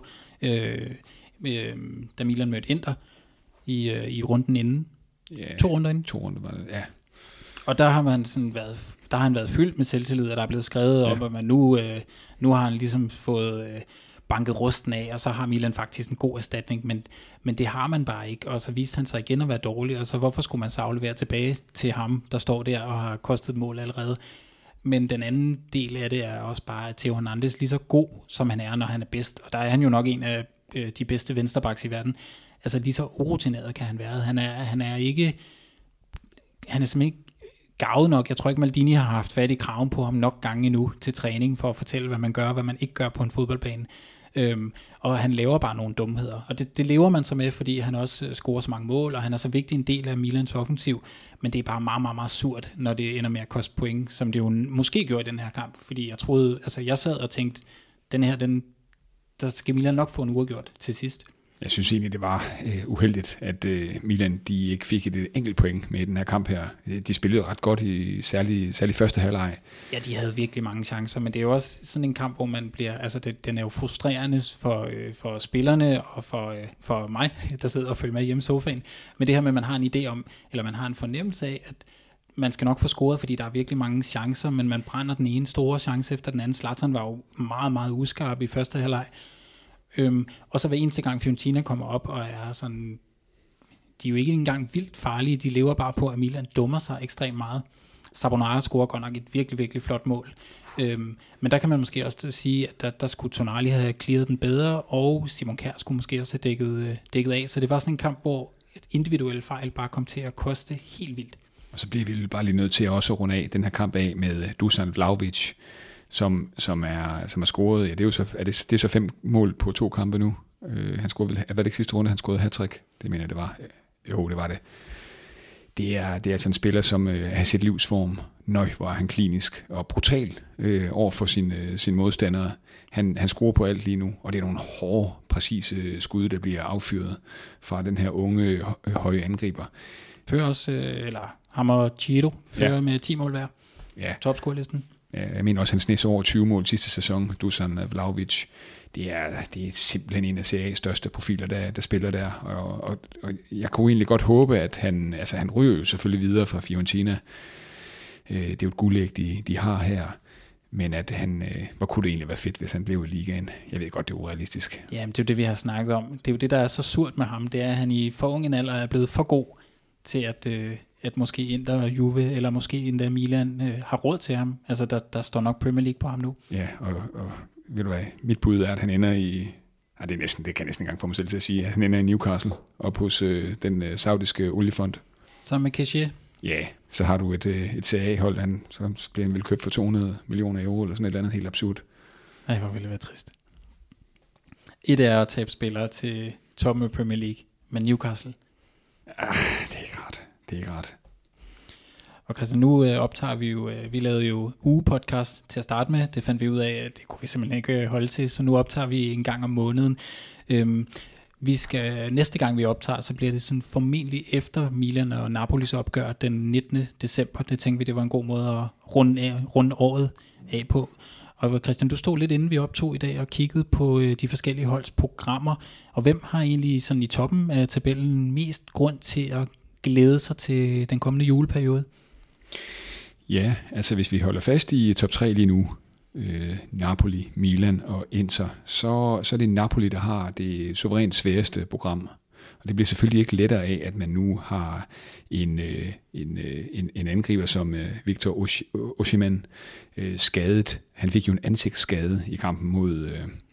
da Milan mødte Inter i runden inden. Yeah, 2 runder inden. 2 runder var det, ja. Og der har han været fyldt med selvtillid, og der er blevet skrevet om, at man nu har han ligesom fået... banket rusten af, og så har Milan faktisk en god erstatning, men det har man bare ikke, og så viste han sig igen at være dårlig, og så hvorfor skulle man så aflevere tilbage til ham, der står der og har kostet mål allerede? Men den anden del af det er også bare, at Theo Hernandez lige så god, som han er, når han er bedst, og der er han jo nok en af de bedste venstrebacks i verden, altså lige så urutineret kan han være. Han er simpelthen ikke gavet nok. Jeg tror ikke, Maldini har haft fat i kraven på ham nok gange endnu til træning, for at fortælle, hvad man gør, og hvad man ikke gør på en fodboldbane. Og han laver bare nogle dumheder. Og det lever man så med, fordi han også scorer så mange mål, og han er så vigtig en del af Milans offensiv. Men det er bare meget, meget, meget surt, når det ender med at koste point, som det jo måske gjorde i den her kamp. Fordi jeg sad og tænkte, der skal Milan nok få en uafgjort til sidst. Jeg synes egentlig, det var uheldigt, at Milan de ikke fik et enkelt point med i den her kamp her. De spillede ret godt i særlig første halvleg. Ja, de havde virkelig mange chancer, men det er jo også sådan en kamp, hvor man bliver... Altså, den er jo frustrerende for spillerne og for mig, der sidder og følger med hjemme i sofaen. Men det her med, at man har en idé om, eller man har en fornemmelse af, at man skal nok få scoret, fordi der er virkelig mange chancer, men man brænder den ene store chance efter den anden. Zlatan var jo meget, meget uskarp i første halvleg. Og så hver eneste gang Fiorentina kommer op og er sådan, de er jo ikke engang vildt farlige, de lever bare på, at Milan dummer sig ekstremt meget. Sabonara scorer godt nok et virkelig, virkelig flot mål. Men der kan man måske også sige, at der skulle Tonali have clearet den bedre, og Simon Kjær skulle måske også have dækket af. Så det var sådan en kamp, hvor et individuelt fejl bare kom til at koste helt vildt. Og så bliver vi bare lige nødt til at også runde af den her kamp af med Dusan Vlahovic, som er scoret. Ja, det er jo så, det er så 5 mål på 2 kampe nu. Han scorede vel, var det ikke sidste runde, han scorede hat-trick? Det mener jeg, det var. Jo, det var det. Det er altså en spiller, som har sit livsform. Hvor er han klinisk og brutal over for sin modstandere. Han scorer på alt lige nu, og det er nogle hårde, præcise skud, der bliver affyret fra den her unge, høje angriber. Fører også, eller ham og Chiro fører med 10 mål hver. Ja. Topscorelisten. Jeg mener også, han sned over 20 mål sidste sæson, Dusan Vlahovic. Det er simpelthen en af Serie A's største profiler, der spiller der. Og jeg kunne egentlig godt håbe, at han ryger jo selvfølgelig videre fra Fiorentina. Det er jo et guldæg, de har her. Men at hvor kunne det egentlig være fedt, hvis han blev i ligaen? Jeg ved godt, det er urealistisk. Jamen, det er jo det, vi har snakket om. Det er jo det, der er så surt med ham. Det er, at han i for ung en alder er blevet for god til at måske Inter og Juve, eller måske endda Milan, har råd til ham. Altså, der står nok Premier League på ham nu. Ja, og ved du hvad, mit bud er, at han ender i... det kan jeg næsten ikke engang få mig selv til at sige, at han ender i Newcastle, op hos den saudiske oliefond. Sammen med Kessie? Ja, så har du et CA-hold, så bliver han vel købt for 200 millioner euro, eller sådan et eller andet helt absurd. Ej, hvor ville det være trist. Et er at tabe spillere til toppen af Premier League, men Newcastle? Det er ikke rart. Og Christian, nu optager vi lavede jo ugepodcast til at starte med. Det fandt vi ud af, at det kunne vi simpelthen ikke holde til, så nu optager vi en gang om måneden. Næste gang vi optager, så bliver det sådan formentlig efter Milan og Napolis opgør den 19. december. Det tænkte vi, det var en god måde at runde året af på. Og Christian, du stod lidt inden vi optog i dag og kiggede på de forskellige holds programmer. Og hvem har egentlig sådan i toppen af tabellen mest grund til at glæde sig til den kommende juleperiode? Ja, altså hvis vi holder fast i top 3 lige nu, Napoli, Milan og Inter, så er det Napoli, der har det suverænt sværeste program. Og det bliver selvfølgelig ikke lettere af, at man nu har en angriber som Victor Osimhen skadet. Han fik jo en ansigtsskade i kampen mod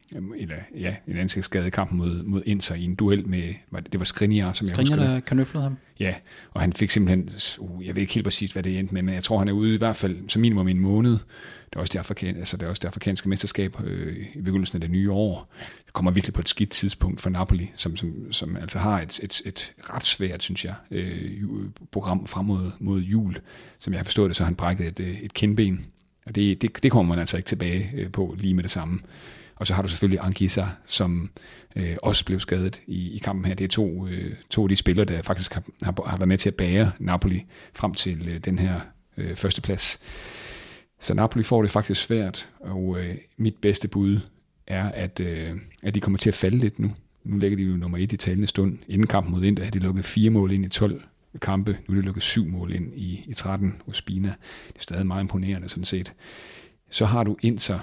mod Inter i en duel med, det var Skriniar, som jeg husker. Skriniar, der kanøflede ham? Ja, og han fik simpelthen, jeg ved ikke helt præcis, hvad det endte med, men jeg tror, han er ude i hvert fald som minimum en måned. Det er også det afrikanske mesterskab i begyndelsen af det nye år. Det kommer virkelig på et skidt tidspunkt for Napoli, som altså har et ret svært, synes jeg, program frem mod jul. Som jeg har forstået det, så har han brækket et kindben. Og det kommer man altså ikke tilbage på lige med det samme. Og så har du selvfølgelig Anguissa, som også blev skadet i kampen her. Det er to af de spillere, der faktisk har været med til at bære Napoli frem til den her førsteplads. Så Napoli får det faktisk svært, og mit bedste bud er, at de kommer til at falde lidt nu. Nu ligger de jo nummer 1 i talende stund. Inden kampen mod Inter havde de lukket 4 mål ind i 12 kampe. Nu er de lukket 7 mål ind i 13 hos Spina. Det er stadig meget imponerende sådan set. Så har du Inter,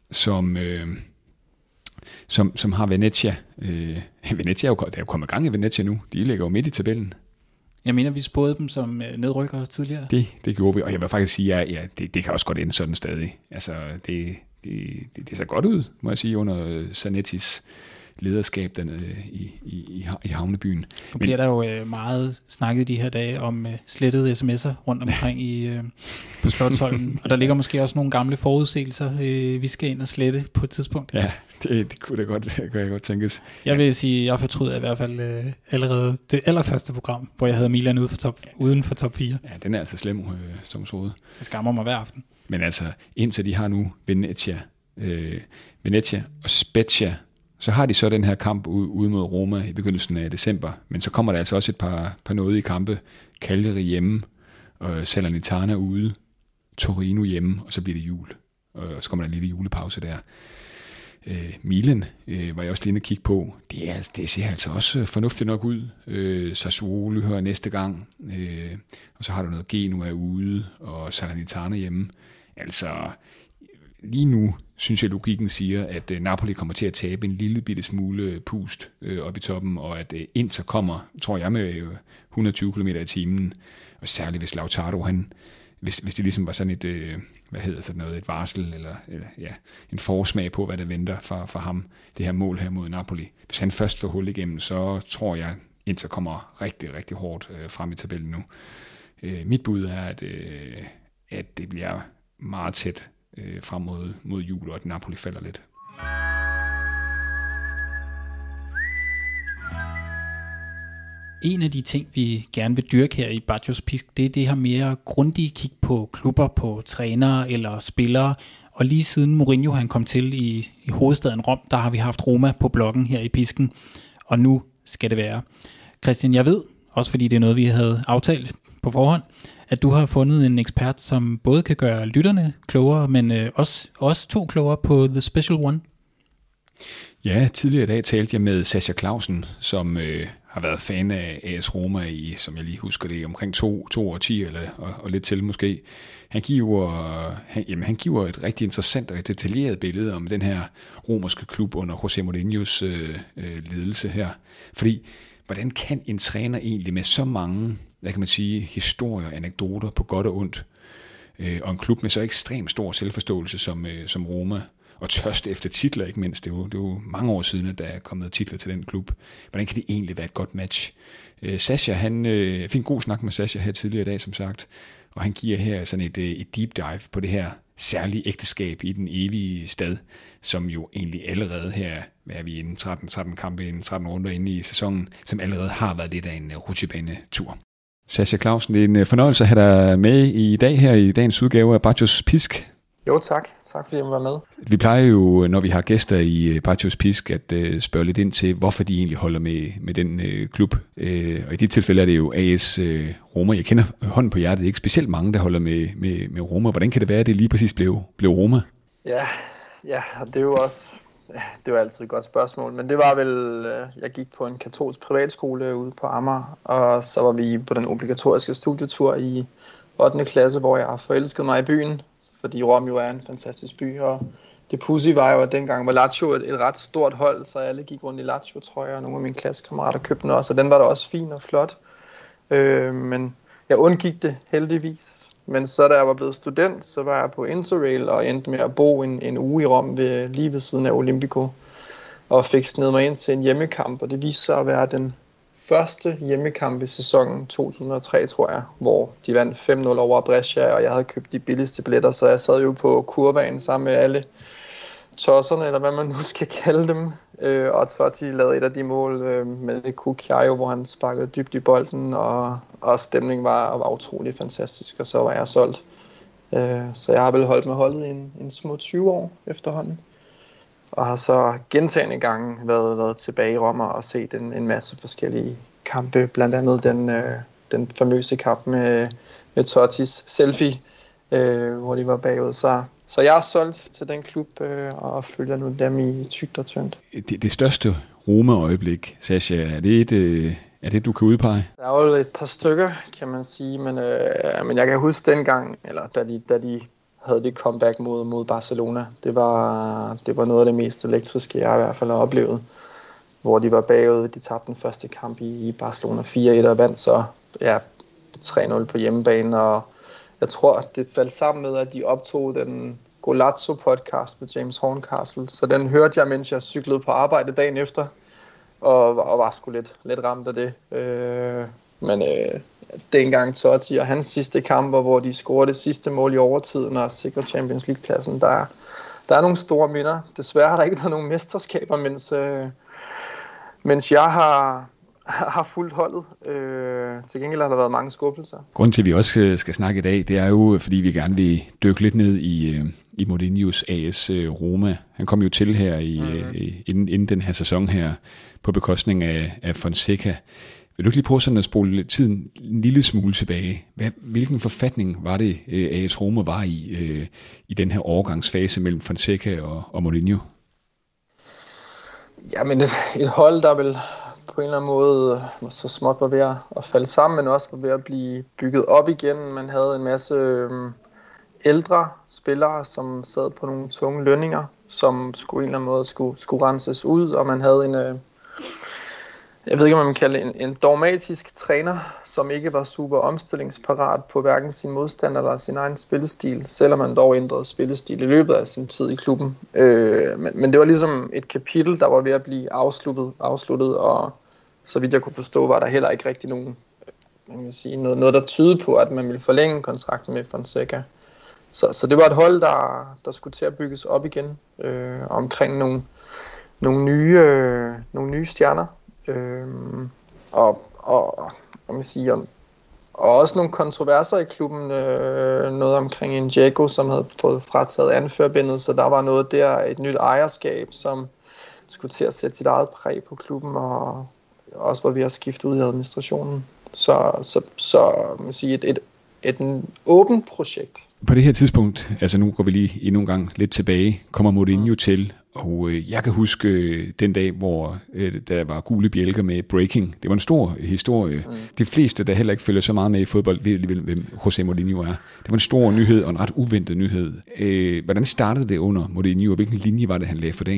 som har Venezia. Venezia der er jo kommet gang i Venezia nu. De ligger jo midt i tabellen. Jeg mener, vi spåede dem som nedrykker tidligere. Det gjorde vi, og jeg vil faktisk sige, at det kan også godt ende sådan stadig. Altså, det ser godt ud, må jeg sige, under Zanettis lederskab dernede i havnebyen. Nu bliver der jo meget snakket de her dage om slettede sms'er rundt omkring på Slotsholmen, og der ligger måske også nogle gamle forudsigelser, vi skal ind og slette på et tidspunkt. Ja, det kunne da godt tænkes. Jeg vil sige, jeg fortryder i hvert fald allerede det allerførste program, hvor jeg havde Milan uden for top 4. Ja, den er altså slem, som så. Jeg skammer mig hver aften. Men altså, indtil de har nu Venezia og Spezia, så har de så den her kamp ude mod Roma i begyndelsen af december. Men så kommer der altså også et par nådige kampe. Cagliari hjemme, og Salernitana ude, Torino hjemme, og så bliver det jul. Og så kommer der en lille julepause der. Milan var jeg også lige inde at kigge på. Det ser altså også fornuftigt nok ud. Sassuolo hører næste gang. Og så har du noget Genua ude, og Salernitana hjemme. Altså, lige nu synes jeg, logikken siger, at Napoli kommer til at tabe en lille bitte smule pust op i toppen, og at Inter kommer, tror jeg, med 120 km i timen. Og særligt hvis Lautaro, hvis det ligesom var sådan et, et varsel, eller en forsmag på, hvad der venter for ham, det her mål her mod Napoli. Hvis han først får hul igennem, så tror jeg, Inter kommer rigtig, rigtig hårdt frem i tabellen nu. Mit bud er, at det bliver meget tæt frem mod jul, og at Napoli falder lidt. En af de ting, vi gerne vil dyrke her i Baccios Pisk, det er det her mere grundige kig på klubber, på trænere eller spillere. Og lige siden Mourinho han kom til i hovedstaden Rom, der har vi haft Roma på bloggen her i Pisken. Og nu skal det være. Christian, jeg ved, også fordi det er noget, vi havde aftalt på forhånd, at du har fundet en ekspert, som både kan gøre lytterne klogere, men også to klogere på The Special One. Ja, tidligere i dag talte jeg med Sascha Clausen, som har været fan af AS Roma i, som jeg lige husker det, omkring to årtier og lidt til måske. Han giver et rigtig interessant og detaljeret billede om den her romerske klub under José Mourinhos ledelse her. Fordi, hvordan kan en træner egentlig med så mange hvad kan man sige, historier, anekdoter på godt og ondt. Og en klub med så ekstremt stor selvforståelse som Roma, og tørst efter titler ikke mindst. Det er jo mange år siden, at der er kommet titler til den klub. Hvordan kan det egentlig være et godt match? Sasha, jeg fik en god snak med Sasha her tidligere i dag, som sagt, og han giver her sådan et deep dive på det her særlige ægteskab i den evige stad, som jo egentlig allerede her, hvad er vi inde, 13 kampe, 13 runder inde i sæsonen, som allerede har været lidt af en rutsjebanetur. Sasha Clausen, det er en fornøjelse at have dig med i dag her i dagens udgave af Bacchus Pisk. Jo, tak. Tak fordi jeg var med. Vi plejer jo, når vi har gæster i Bacchus Pisk, at spørge lidt ind til, hvorfor de egentlig holder med den klub. Og i dit tilfælde er det jo AS Roma. Jeg kender hånden på hjertet, ikke specielt mange, der holder med Roma. Hvordan kan det være, at det lige præcis blev Roma? Ja, det er jo også... Det var altid et godt spørgsmål, men det var vel, jeg gik på en katolsk privatskole ude på Amager, og så var vi på den obligatoriske studietur i 8. klasse, hvor jeg forelskede mig i byen, fordi Rom jo er en fantastisk by, og det pudsige var jo, at dengang var Lazio et ret stort hold, så alle gik rundt i Lazio-trøjer, og nogle af mine klassekammerater købte den også, og den var da også fin og flot, men jeg undgik det heldigvis. Men så da jeg var blevet student, så var jeg på Interrail og endte med at bo en uge i Rom lige ved siden af Olympico. Og fik snedet mig ind til en hjemmekamp, og det viste sig at være den første hjemmekamp i sæsonen 2003, tror jeg, hvor de vandt 5-0 over Brescia, og jeg havde købt de billigste billetter, så jeg sad jo på kurvaen sammen med alle tosserne, eller hvad man nu skal kalde dem. Og Totti lavede et af de mål med Cucchiaio, hvor han sparkede dybt i bolden, og stemningen var utrolig fantastisk, og så var jeg solgt. Så jeg har vel holdt med holdet en små 20 år efterhånden, og har så gentagne gange været tilbage i Rom og set en masse forskellige kampe, blandt andet den famøse kamp med Tottis selfie, hvor de var bagud. Så jeg er solgt til den klub og følger nu dem i tykt og tyndt. Det største Roma-øjeblik, Sasha, er det du kan udpege? Der er jo et par stykker, kan man sige, men jeg kan huske dengang, eller da de havde det comeback mod Barcelona. Det var noget af det mest elektriske, jeg i hvert fald har oplevet, hvor de var bagud. De tabte den første kamp i Barcelona 4-1 og vandt så 3-0 på hjemmebane, og jeg tror, det faldt sammen med, at de optog den Golazzo-podcast med James Horncastle, så den hørte jeg, mens jeg cyklede på arbejde dagen efter, og var sgu lidt ramt af det. Men dengang Totti og hans sidste kamper, hvor de scorede det sidste mål i overtiden og sikrede Champions League-pladsen, der er nogle store minder. Desværre har der ikke været nogen mesterskaber, mens jeg har fulgt holdet. Til gengæld har der været mange skuffelser. Grunden til, at vi også skal snakke i dag, det er jo, fordi vi gerne vil dykke lidt ned i Mourinhos AS Roma. Han kom jo til her inden den her sæson her, på bekostning af Fonseca. Vil du ikke lige prøve sådan at spole tiden en lille smule tilbage? Hvilken forfatning var det, AS Roma var i den her overgangsfase mellem Fonseca og Mourinho? Jamen et hold, der vel på en eller anden måde så småt var ved at falde sammen, men også var ved at blive bygget op igen. Man havde en masse ældre spillere, som sad på nogle tunge lønninger, som på en eller anden måde skulle renses ud, og man havde jeg ved ikke, om man kalder det en dogmatisk træner, som ikke var super omstillingsparat på hverken sin modstander eller sin egen spillestil, selvom man dog ændrede spillestil i løbet af sin tid i klubben. Men det var ligesom et kapitel, der var ved at blive afsluttet, og så vidt jeg kunne forstå, var der heller ikke rigtig nogen, noget der tydede på, at man ville forlænge kontrakten med Fonseca. Så det var et hold, der skulle til at bygges op igen, omkring nogle nye stjerner. Og også nogle kontroverser i klubben, noget omkring en Diego, som havde fået frataget anførbindet, så der var noget der, et nyt ejerskab, som skulle til at sætte sit eget præg på klubben, og også var ved at skifte ud i administrationen. Så man siger, et åbent projekt. På det her tidspunkt, altså nu går vi lige endnu en gang lidt tilbage, kommer Mourinho til, og jeg kan huske den dag, hvor der var gule bjælker med breaking. Det var en stor historie. De fleste, der heller ikke følger så meget med i fodbold, ved alligevel, hvem José Mourinho er. Det var en stor nyhed og en ret uventet nyhed. Hvordan startede det under Mourinho, og hvilken linje var det, han lagde for dagen?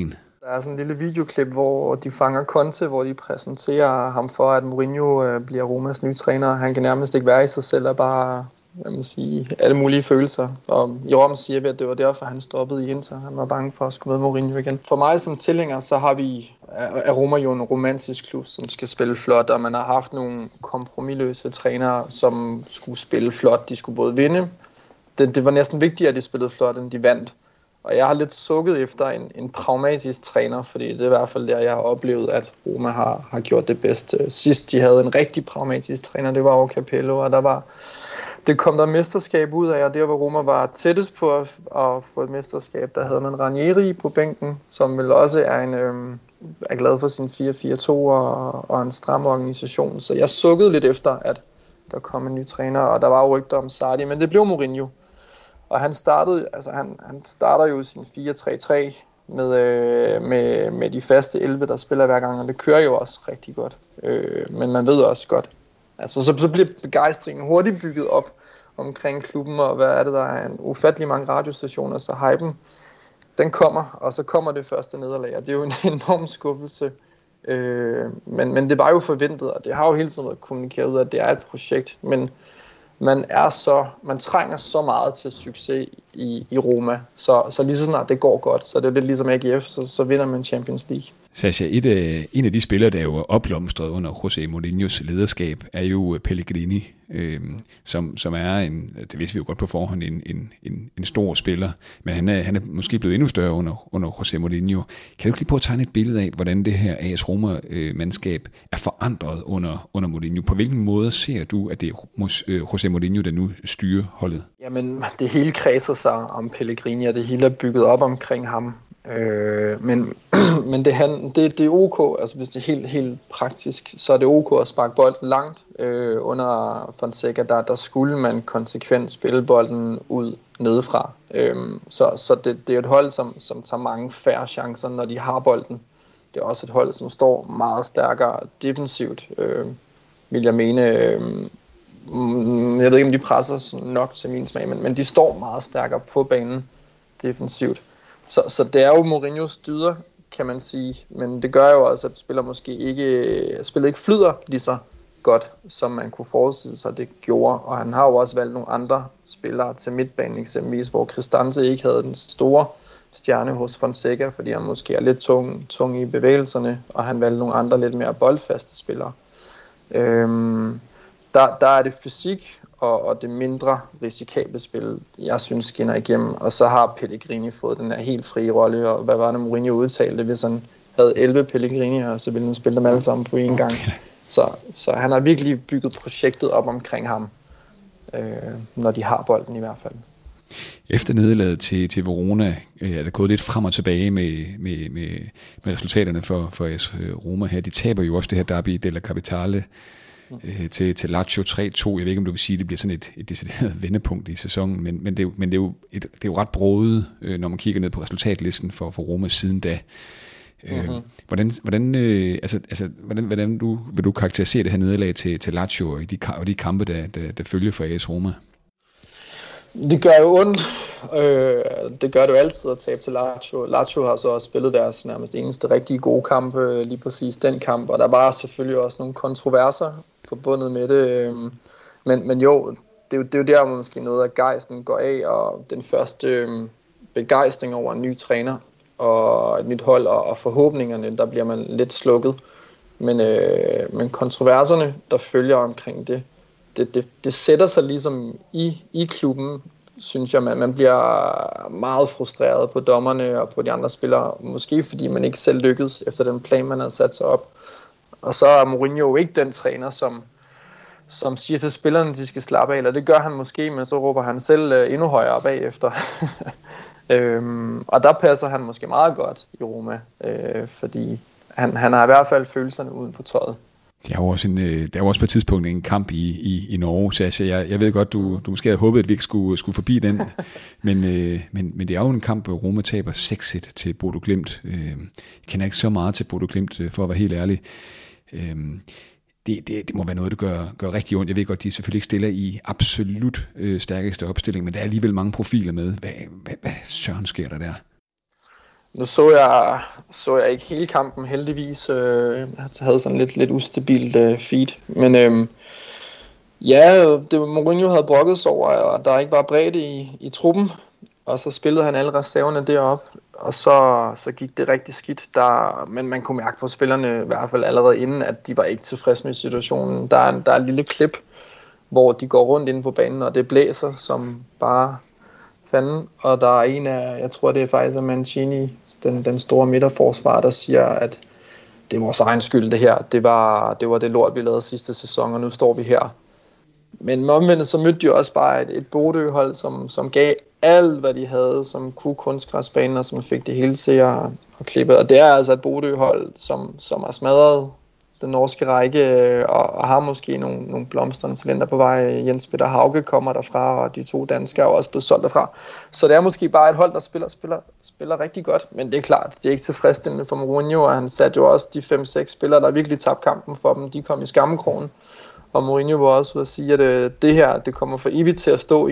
Der er sådan en lille videoklip, hvor de fanger Conte, hvor de præsenterer ham for, at Mourinho bliver Romas nye træner. Han kan nærmest ikke være i sig selv, og bare alle mulige følelser. Og i Rom siger vi, at det var derfor, han stoppede i Inter. Han var bange for at skulle med Mourinho igen. For mig som tilhænger, så er Roma jo en romantisk klub, som skal spille flot, og man har haft nogle kompromisløse trænere, som skulle spille flot. De skulle både vinde. Det var næsten vigtigere, at de spillede flot, end de vandt. Og jeg har lidt sukket efter en pragmatisk træner, fordi det er i hvert fald der, jeg har oplevet, at Roma har gjort det bedste. Sidst de havde en rigtig pragmatisk træner, det var over Capello, og det kom der mesterskab ud af, og der hvor Roma var tættest på at få et mesterskab, der havde man Ranieri på bænken, som vel også er glad for sin 4-4-2 og en stram organisation. Så jeg sukkede lidt efter, at der kom en ny træner, og der var jo rygter om Sarri, men det blev Mourinho. Og han starter jo sin 4-3-3 med de faste 11, der spiller hver gang, og det kører jo også rigtig godt. Men man ved også godt, altså så bliver begejstringen hurtigt bygget op omkring klubben, og hvad er det, der er en ufattelig mange radiostationer, så hypen, den kommer, og så kommer det første nederlag, og det er jo en enorm skuffelse. Men det var jo forventet, og det har jo hele tiden været kommunikeret ud, at det er et projekt, men man trænger så meget til succes i Roma, så lige så snart det går godt, så det er lidt ligesom AGF, så vinder man Champions League. Sascha, en af de spillere, der er jo opblomstret under José Mourinhos lederskab, er jo Pellegrini, som er det vidste vi jo godt på forhånd, en stor spiller, men han er måske blevet endnu større under José Mourinho. Kan du lige prøve at tegne et billede af, hvordan det her AS Roma-mandskab er forandret under Mourinho? På hvilken måde ser du, at det er José Mourinho, der nu styrer holdet? Jamen, det hele kredser sig om Pellegrini, og det hele er bygget op omkring ham. Men det er ok, altså hvis det er helt praktisk, så er det ok at sparke bolden langt. Under Fonseca, der skulle man konsekvent spille bolden ud nedefra. Så det er et hold, som tager mange færre chancer, når de har bolden. Det er også et hold, som står meget stærkere defensivt, vil jeg mene. Jeg ved ikke, om de presser nok til min smag, men de står meget stærkere på banen defensivt. Så det er jo Mourinhos dyder, kan man sige, men det gør jo også, at spillet ikke flyder lige så godt, som man kunne forestille sig, det gjorde. Og han har jo også valgt nogle andre spillere til midtbanen, eksempelvis, hvor Cristante ikke havde den store stjerne hos Fonseca, fordi han måske er lidt tung i bevægelserne, og han valgte nogle andre lidt mere boldfaste spillere. Der er det fysik og det mindre risikable spil, jeg synes skinner igennem. Og så har Pellegrini fået den her helt frie rolle, og hvad var det Mourinho udtalte, hvis han havde 11 Pellegrini, og så ville han spille dem alle sammen på én gang. Så han har virkelig bygget projektet op omkring ham, når de har bolden i hvert fald. Efter nederlaget til Verona er det gået lidt frem og tilbage med resultaterne for AS Roma her. De taber jo også det her derby della Capitale til Lazio 3-2. Jeg ved ikke, om du vil sige, at det bliver sådan et decideret vendepunkt i sæsonen, men det er jo ret broget, når man kigger ned på resultatlisten for Roma siden da. Hvordan vil du karakterisere det her nederlag til Lazio og de kampe, der følger for AS Roma? Det gør jo ondt. Det gør det jo altid at tabe til Lazio. Lazio har så også spillet deres nærmest eneste rigtig gode kamp, lige præcis den kamp, og der var selvfølgelig også nogle kontroverser forbundet med det. Men jo, det er jo der, hvor måske noget af gejsten går af, og den første begejstring over en ny træner og et nyt hold, og forhåbningerne, der bliver man lidt slukket. Men kontroverserne, der følger omkring det sætter sig ligesom i klubben, synes jeg. Man bliver meget frustreret på dommerne og på de andre spillere, måske fordi man ikke selv lykkedes efter den plan, man havde sat sig op. Og så er Mourinho jo ikke den træner, som siger til spillerne, at de skal slappe af, eller det gør han måske, men så råber han selv endnu højere bagefter. Og der passer han måske meget godt i Roma, fordi han har i hvert fald følelserne uden på tøjet. Der er jo også på et tidspunkt en kamp i Norge, så jeg ved godt, du måske havde håbet, at vi ikke skulle forbi den, men det er jo en kamp, hvor Roma taber 6-1 til Bodo Glimt. Jeg kender ikke så meget til Bodo Glimt, for at være helt ærlig. Det må være noget, der gør rigtig ondt. Jeg ved godt, de selvfølgelig ikke stiller i absolut stærkeste opstilling, men der er alligevel mange profiler med. Hvad søren sker der? Nu så jeg ikke hele kampen heldigvis. Jeg havde sådan lidt ustabilt feed. Men Mourinho havde brokket sig over, at der ikke var bredde i truppen. Og så spillede han alle reserverne derop. Og så gik det rigtig skidt. Men man kunne mærke på spillerne, i hvert fald allerede inden, at de var ikke tilfredse med situationen. Der er en lille klip, hvor de går rundt inde på banen, og det blæser som bare fanden. Og der er en af, jeg tror det er faktisk Mancini, den store midterforsvar, der siger, at det er vores egen skyld det her. Det var det lort, vi lavede sidste sæson, og nu står vi her. Men med omvendt, så mødte de også bare et Bodø-hold, som gav alt, hvad de havde, som kunne kunstgræsbanen, og som fik det hele til at klippe. Og det er altså et Bodø-hold, som har smadret den norske række, og har måske nogle blomstrende talenter på vej. Jens Peter Hauge kommer derfra, og de 2 danskere er også blevet solgt derfra. Så det er måske bare et hold, der spiller rigtig godt. Men det er klart, det er ikke tilfredsstillende for Mourinho, og han satte jo også de 5-6 spillere, der virkelig tabte kampen for dem. De kom i skammekrogen. Og Mourinho var også ude at sige, at det her, det kommer for evigt til at stå i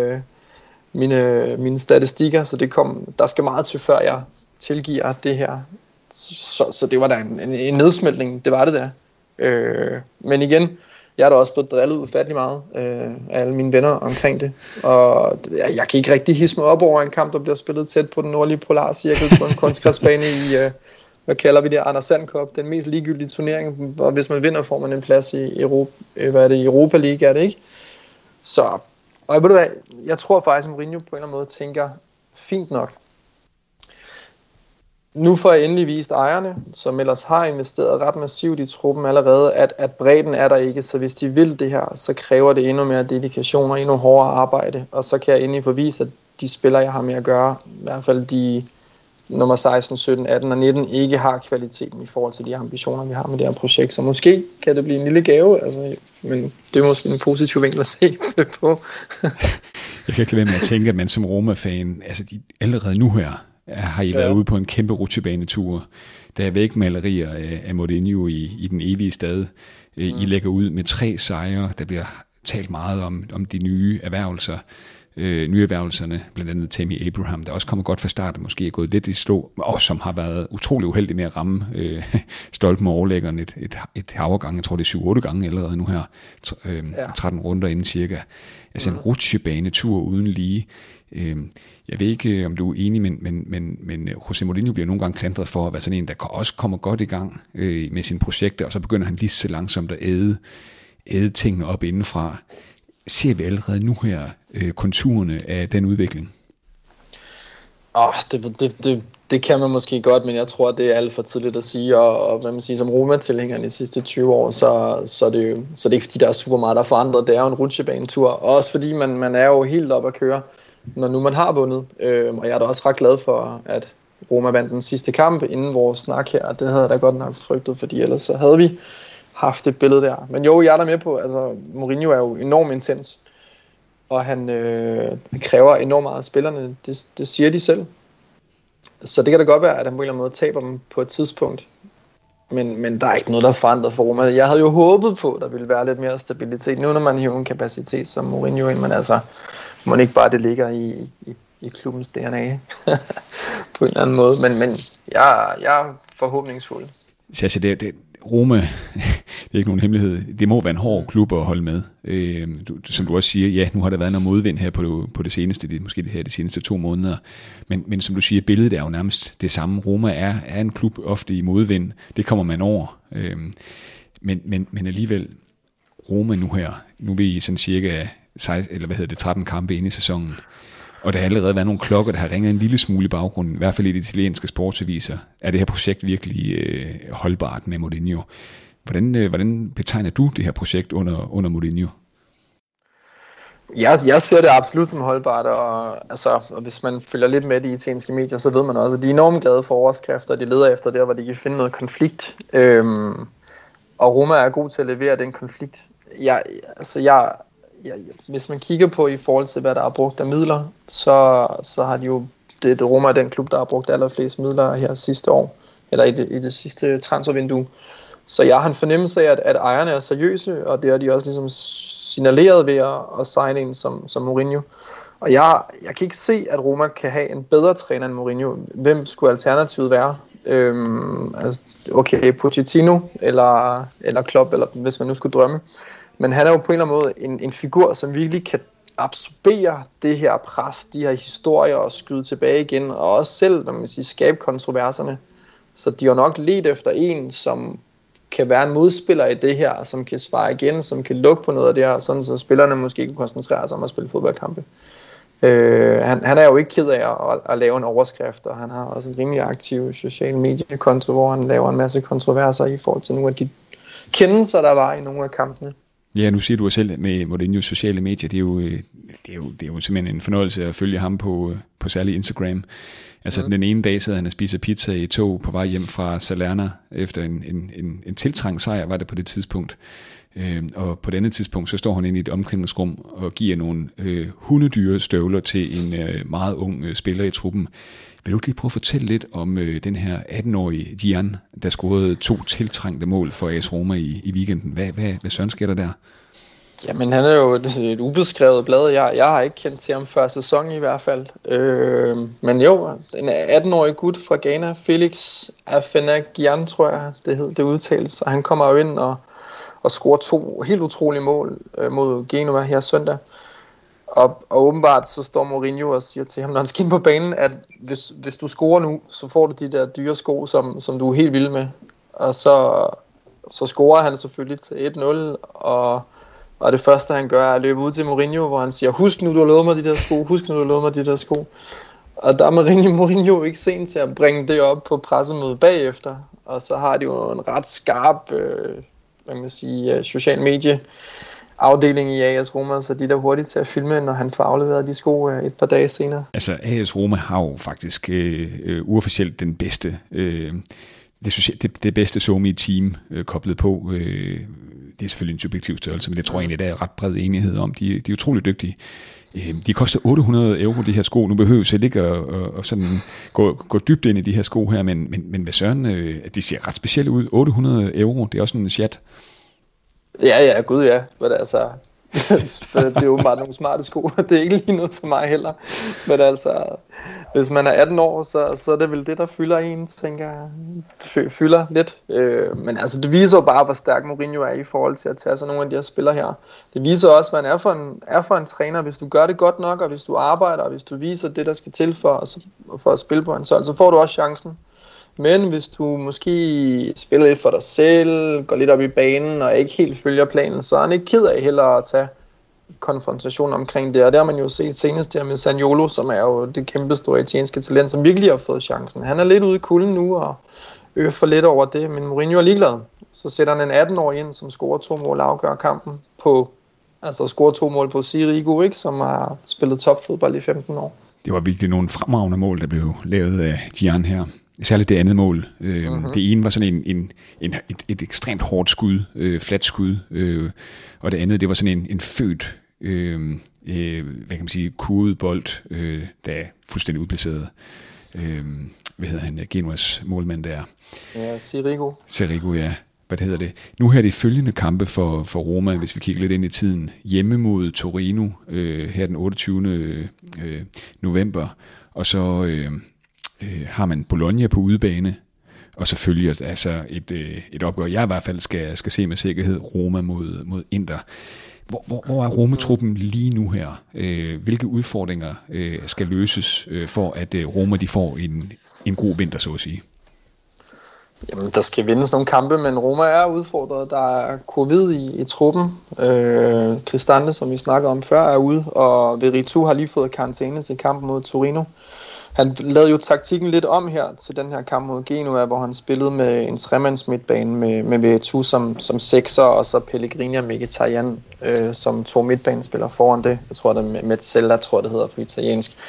mine statistikker, så der skal meget til, før jeg tilgiver det her. Så det var da en nedsmeltning, det var det der. Men igen, jeg er da også blevet drillet ufattelig meget af alle mine venner omkring det. Og jeg kan ikke rigtig hisse mig op over en kamp, der bliver spillet tæt på den nordlige polarcirkel på en kunstgræsbane i... hvad kalder vi det? Anders Sand Cup, den mest ligegyldige turnering, og hvis man vinder, får man en plads i Europa League, er det ikke? Så, og ved du hvad, jeg tror faktisk, at Mourinho på en eller anden måde tænker, fint nok. Nu får jeg endelig vist ejerne, som ellers har investeret ret massivt i truppen allerede, at bredden er der ikke, så hvis de vil det her, så kræver det endnu mere dedikation og endnu hårdere arbejde, og så kan jeg endelig få vist, at de spillere, jeg har med at gøre, i hvert fald de nummer 16, 17, 18 og 19 ikke har kvaliteten i forhold til de ambitioner, vi har med det her projekt. Så måske kan det blive en lille gave, men det er måske en positiv vinkel at se på. Jeg kan ikke lade være med at tænke, at man som Roma-fan, de allerede nu her, har I været ude på en kæmpe rutsjebanetur. Der er vægmalerier af Mourinho i den evige stad. I lægger ud med 3 sejre. Der bliver talt meget om de nye erhvervelserne, blandt andet Tammy Abraham, der også kommer godt fra start, måske er gået lidt i stå, og som har været utrolig uheldig med at ramme stolpen og overlæggeren et havergang, jeg tror det er 7-8 gange allerede nu her, 13 runder inden cirka. Altså en rutsjebanetur uden lige. Jeg ved ikke, om du er enig, men José Mourinho bliver nogle gange klandret for at være sådan en, der også kommer godt i gang med sine projekter, og så begynder han lige så langsomt at æde tingene op indenfra. Ser vi allerede nu her konturerne af den udvikling? Det kan man måske godt, men jeg tror, det er alt for tidligt at sige, og hvad man siger, som Roma-tilhængeren de sidste 20 år, så er det ikke fordi, der er super meget, der er forandret. Det er jo en rutsjebanetur, og også fordi man er jo helt op at køre, når nu man har vundet. Og jeg er da også ret glad for, at Roma vandt den sidste kamp inden vores snak her, og det havde jeg da godt nok frygtet, fordi ellers så havde vi haft et billede der. Men jo, jeg er der med på, Mourinho er jo enormt intens, og han kræver enormt meget af spillerne, det siger de selv. Så det kan da godt være, at han på en eller anden måde taber dem på et tidspunkt. Men der er ikke noget, der er forandret for Roma. Jeg havde jo håbet på, at der ville være lidt mere stabilitet, nu når man hiver en kapacitet som Mourinho ind, men må ikke bare det ligger i klubbens DNA på en eller anden måde. Men jeg er forhåbningsfuld. Så det Roma, det er ikke nogen hemmelighed, det må være en hård klub at holde med. Som du også siger, ja, nu har der været noget modvind her på det seneste, måske det her de seneste 2 måneder, men som du siger, billedet er jo nærmest det samme. Roma er en klub ofte i modvind, det kommer man over. Men alligevel, Roma nu er vi i sådan cirka 13 kampe inde i sæsonen, og der har allerede været nogle klokker, der har ringet en lille smule i baggrunden, i hvert fald i de italienske sportsaviser. Er det her projekt virkelig holdbart med Mourinho? Hvordan betegner du det her projekt under Mourinho? Jeg ser det absolut som holdbart, og hvis man følger lidt med de italienske medier, så ved man også, at de er enormt glade for overskrifter, de leder efter der, hvor de kan finde noget konflikt. Og Roma er god til at levere den konflikt. Hvis man kigger på i forhold til, hvad der er brugt af midler, så har de jo, det Roma er den klub, der har brugt allerflest midler her sidste år, eller i det sidste transfervindue. Så jeg har en fornemmelse af, at ejerne er seriøse, og det har de også ligesom signaleret ved at signe en som Mourinho. Og jeg kan ikke se, at Roma kan have en bedre træner end Mourinho. Hvem skulle alternativet være? Altså, okay, Pochettino eller Klopp, eller hvis man nu skulle drømme. Men han er jo på en eller anden måde en figur, som virkelig kan absorbere det her pres, de her historier og skyde tilbage igen, og også selv, når man siger, skabe kontroverserne. Så de har nok let efter en, som kan være en modspiller i det her, som kan svare igen, som kan lukke på noget af det her, sådan så spillerne måske kan koncentrere sig om at spille fodboldkampe. Han er jo ikke ked af at lave en overskrift, og han har også en rimelig aktiv social mediekonto, hvor han laver en masse kontroverser i forhold til nogle af de kendelser, der var i nogle af kampene. Ja, nu siger du selv med Mourinho's sociale medier, det er jo simpelthen en fornøjelse at følge ham på særlig Instagram. Altså den ene dag sidder han og spiser pizza i tog på vej hjem fra Salerno efter en tiltrængt sejr, var det på det tidspunkt. Og på det andet tidspunkt, så står han inde i et omklædningsrum og giver nogle hundedyre støvler til en meget ung spiller i truppen. Vil du lige prøve at fortælle lidt om den her 18-årige Gian, der scorede 2 tiltrængte mål for AS Roma i weekenden? Hvad søren sker der? Jamen, han er jo et ubeskrevet blad. Jeg har ikke kendt til ham før sæson i hvert fald. Men jo, en 18-årig gut fra Ghana, Felix Afena-Gyan, tror jeg, det udtales. Og han kommer jo ind og scorer 2 helt utrolige mål mod Genoa her søndag. Og åbenbart så står Mourinho og siger til ham, når han skal ind på banen, at hvis du scorer nu, så får du de der dyre sko, som du er helt vild med. Og så scorer han selvfølgelig til 1-0, og det første han gør er at løbe ud til Mourinho, hvor han siger, husk nu du har lovet mig de der sko, Og der er Mourinho ikke sent til at bringe det op på pressemødet bagefter. Og så har de jo en ret skarp social medie afdeling i AS Roma, så de er der hurtigt til at filme, når han får afleveret de sko et par dage senere. Altså AS Roma har jo faktisk uofficielt den bedste det bedste SoMe-team koblet på. Det er selvfølgelig en subjektiv størrelse, men det tror jeg egentlig, der er ret bred enighed om. De er utrolig dygtige. De koster 800 euro, de her sko. Nu behøver jeg ikke at sådan gå dybt ind i de her sko her, men hvad søren, de ser ret specielle ud. 800 euro, det er også sådan en chat. Ja, gud ja. Men altså, det er jo bare nogle smarte sko. Det er ikke lige noget for mig heller. Men altså, hvis man er 18 år, så er det vel det, der fylder en, tænker jeg. Fylder lidt. Men altså, det viser jo bare, hvor stærk Mourinho er i forhold til at tage sig nogle af de her spillere her. Det viser også, hvad han er for en træner. Hvis du gør det godt nok, og hvis du arbejder, og hvis du viser det, der skal til for at spille på en hold, så får du også chancen. Men hvis du måske spiller lidt for dig selv, går lidt op i banen og ikke helt følger planen, så er han ikke ked af heller at tage konfrontation omkring det. Og der har man jo set senest der med Zaniolo, som er jo det kæmpe store italienske talent, som virkelig har fået chancen. Han er lidt ude i kulden nu og øver lidt over det, men Mourinho er ligeglad. Så sætter han en 18-årig ind, som scorer 2 mål og afgør kampen scorer 2 mål på Sirigu, ikke, som har spillet topfodbold i 15 år. Det var virkelig nogle fremragende mål, der blev lavet af Gian her. Særligt det andet mål. Det ene var sådan et ekstremt hårdt skud, fladt skud, og det andet, det var sådan en født, hvad kan man sige, kurvet bold, der er fuldstændig udplaceret. Hvad hedder han? Genuas målmand der. Ja, Sirigu, ja. Hvad hedder det? Nu her er det følgende kampe for Roma, hvis vi kigger lidt ind i tiden. Hjemme mod Torino, her den 28. november, og så har man Bologna på udebane, og så følger altså et opgør, jeg i hvert fald skal se med sikkerhed, Roma mod Inter. Hvor er Roma-truppen lige nu her? Hvilke udfordringer skal løses for, at Roma de får en god vinter, så at sige? Jamen, der skal vindes nogle kampe, men Roma er udfordret. Der er covid i truppen. Cristante, som vi snakkede om før, er ude, og Veretout har lige fået karantæne til kampen mod Torino. Han lavede jo taktikken lidt om her til den her kamp mod Genoa, hvor han spillede med en tremands midtbane med Veretout som sekser, og så Pellegrini og Mkhitaryan som 2 midtbanespillere foran det. Jeg tror, det er Mezzella, det hedder på italiensk.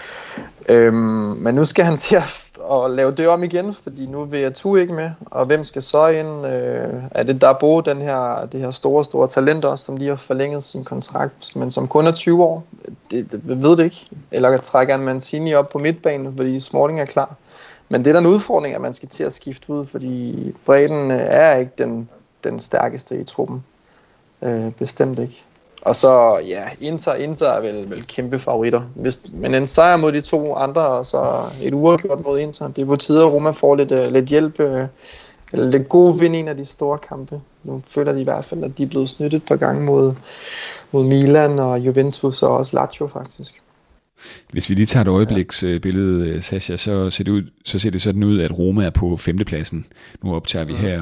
Men nu skal han til at lave det om igen, fordi nu er Veretout ikke med, og hvem skal så ind? Er det Darboe, det her store talent også, som lige har forlænget sin kontrakt, men som kun er 20 år? Det ved det ikke. Eller trækker han Mancini op på midtbanen, fordi Smalling er klar. Men det er der en udfordring, at man skal til at skifte ud, fordi bredden er ikke den stærkeste i truppen. Bestemt ikke. Og så, ja, Inter er vel kæmpe favoritter. Men en sejr mod de to andre, og så et uafgjort mod Inter. Det er på tide, at Roma får lidt hjælp, eller lidt gode vind i en af de store kampe. Nu føler de i hvert fald, at de er blevet snyttet et par gange mod Milan og Juventus og også Lazio faktisk. Hvis vi lige tager et øjebliksbillede, Sascha, så ser det sådan ud, at Roma er på 5. pladsen. Nu optager vi her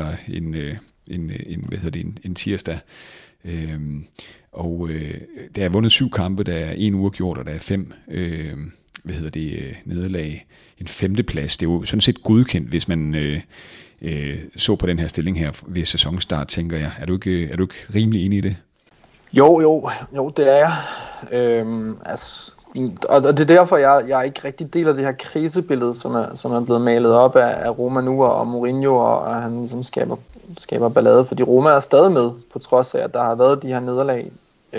en tirsdag. Der er vundet 7 kampe, der er 1 uafgjort, og der er 5 nederlag. En 5. plads, det er jo sådan set godkendt, hvis man så på den her stilling her ved sæsonstart, tænker jeg. Er du ikke rimelig enig i det? Jo, det er jeg. Og det er derfor, jeg ikke rigtig deler det her krisebillede, som er blevet malet op af Roma nu og Mourinho, og han ligesom skaber ballade, fordi Roma er stadig med, på trods af, at der har været de her nederlag.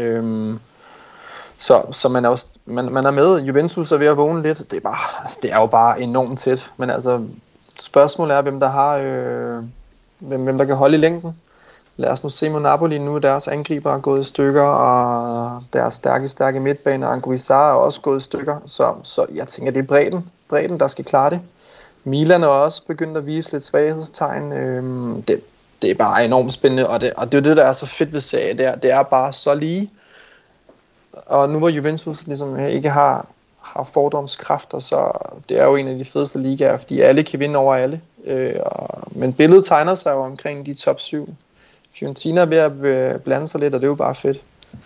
Så man er med. Juventus er ved at vågne lidt. Det er jo bare enormt tæt. Men altså, spørgsmålet er, hvem der kan holde i længden. Lad os nu se mod Napoli nu. Deres angriber er gået i stykker, og deres stærke midtbane, Anguissa, er også gået i stykker. Så jeg tænker, det er bredden, der skal klare det. Milan er også begyndt at vise lidt svaghedstegn. Det er bare enormt spændende, og det er jo det, der er så fedt ved serien. Det er bare så lige. Og nu hvor Juventus ligesom ikke har fordomskræfter, så det er jo en af de fedeste ligaer, fordi alle kan vinde over alle. Men billedet tegner sig jo omkring de top 7. Fiorentina er ved at blande sig lidt, og det er jo bare fedt.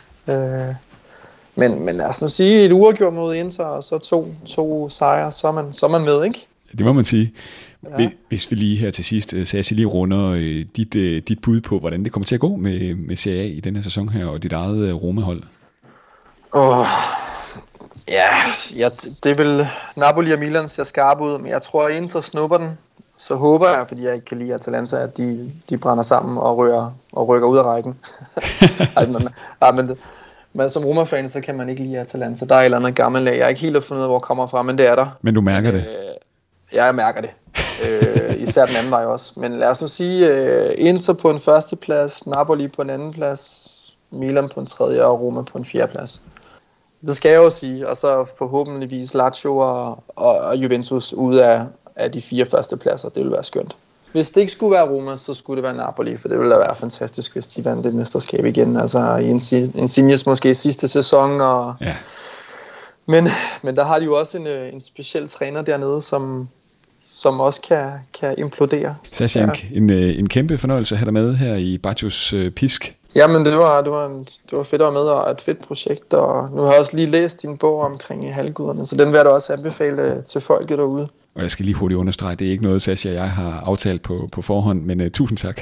Men lad os nu sige et uafgjort mod Inter, og så to sejre, så er man med, ikke? Det må man sige. Ja. Hvis vi lige her til sidst, Sascha, lige runder dit bud på, hvordan det kommer til at gå med Serie A i den her sæson her, og dit eget Roma-hold. Ja, det vil Napoli og Milan ser skarpe ud, men jeg tror, at Inter snupper den. Så håber jeg, fordi jeg ikke kan lide Atalanta, at de brænder sammen og rykker ud af rækken. Men som Roma-fan, så kan man ikke lide Atalanta. Der er et eller andet gammelt lag. Jeg er ikke helt fundet ud af, hvor det kommer fra, men det er der. Men du mærker det? Jeg mærker det. Især den anden vej også. Men lad os nu sige, Inter på en 1. plads, Napoli på en 2. plads, Milan på en 3. og Roma på en 4. plads. Det skal jeg jo sige. Og så forhåbentligvis Lazio og Juventus ud af de 4 første pladser. Det ville være skønt. Hvis det ikke skulle være Roma, så skulle det være Napoli, for det ville da være fantastisk, hvis de vandt et mesterskab igen. Altså Insignes måske sidste sæson. Ja. Men der har de jo også en speciel træner dernede, som også kan implodere. Sascha, en kæmpe fornøjelse at have dig med her i Baccios Pisk. Jamen, det var fedt at være med, og et fedt projekt, og nu har jeg også lige læst din bog omkring halvguderne, så den vil jeg da også anbefale til folket derude. Og jeg skal lige hurtigt understrege, det er ikke noget, Sascha og jeg har aftalt på forhånd, men tusind tak.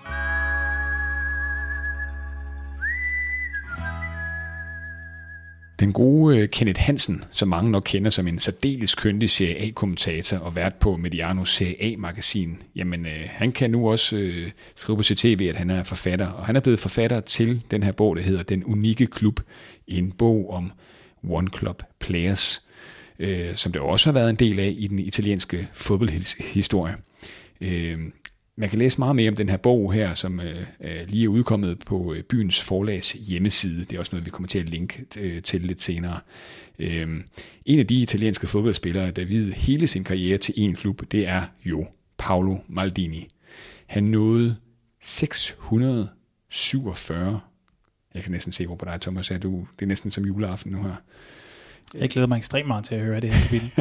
Den gode Kenneth Hansen, som mange nok kender som en særdeles kyndig Serie A-kommentator og vært på Medianos Serie A-magasin, jamen han kan nu også skrive på sit tv, at han er forfatter. Og han er blevet forfatter til den her bog, der hedder Den Unikke Klub, en bog om One Club Players, som det også har været en del af i den italienske fodboldhistorie. Man kan læse meget mere om den her bog her, som lige er udkommet på byens forlags hjemmeside. Det er også noget, vi kommer til at linke til lidt senere. En af de italienske fodboldspillere, der viede hele sin karriere til en klub, det er jo Paolo Maldini. Han nåede 647. Jeg kan næsten se på dig, Thomas, det er næsten som juleaften nu her. Jeg glæder mig ekstremt meget til at høre det her kapitel.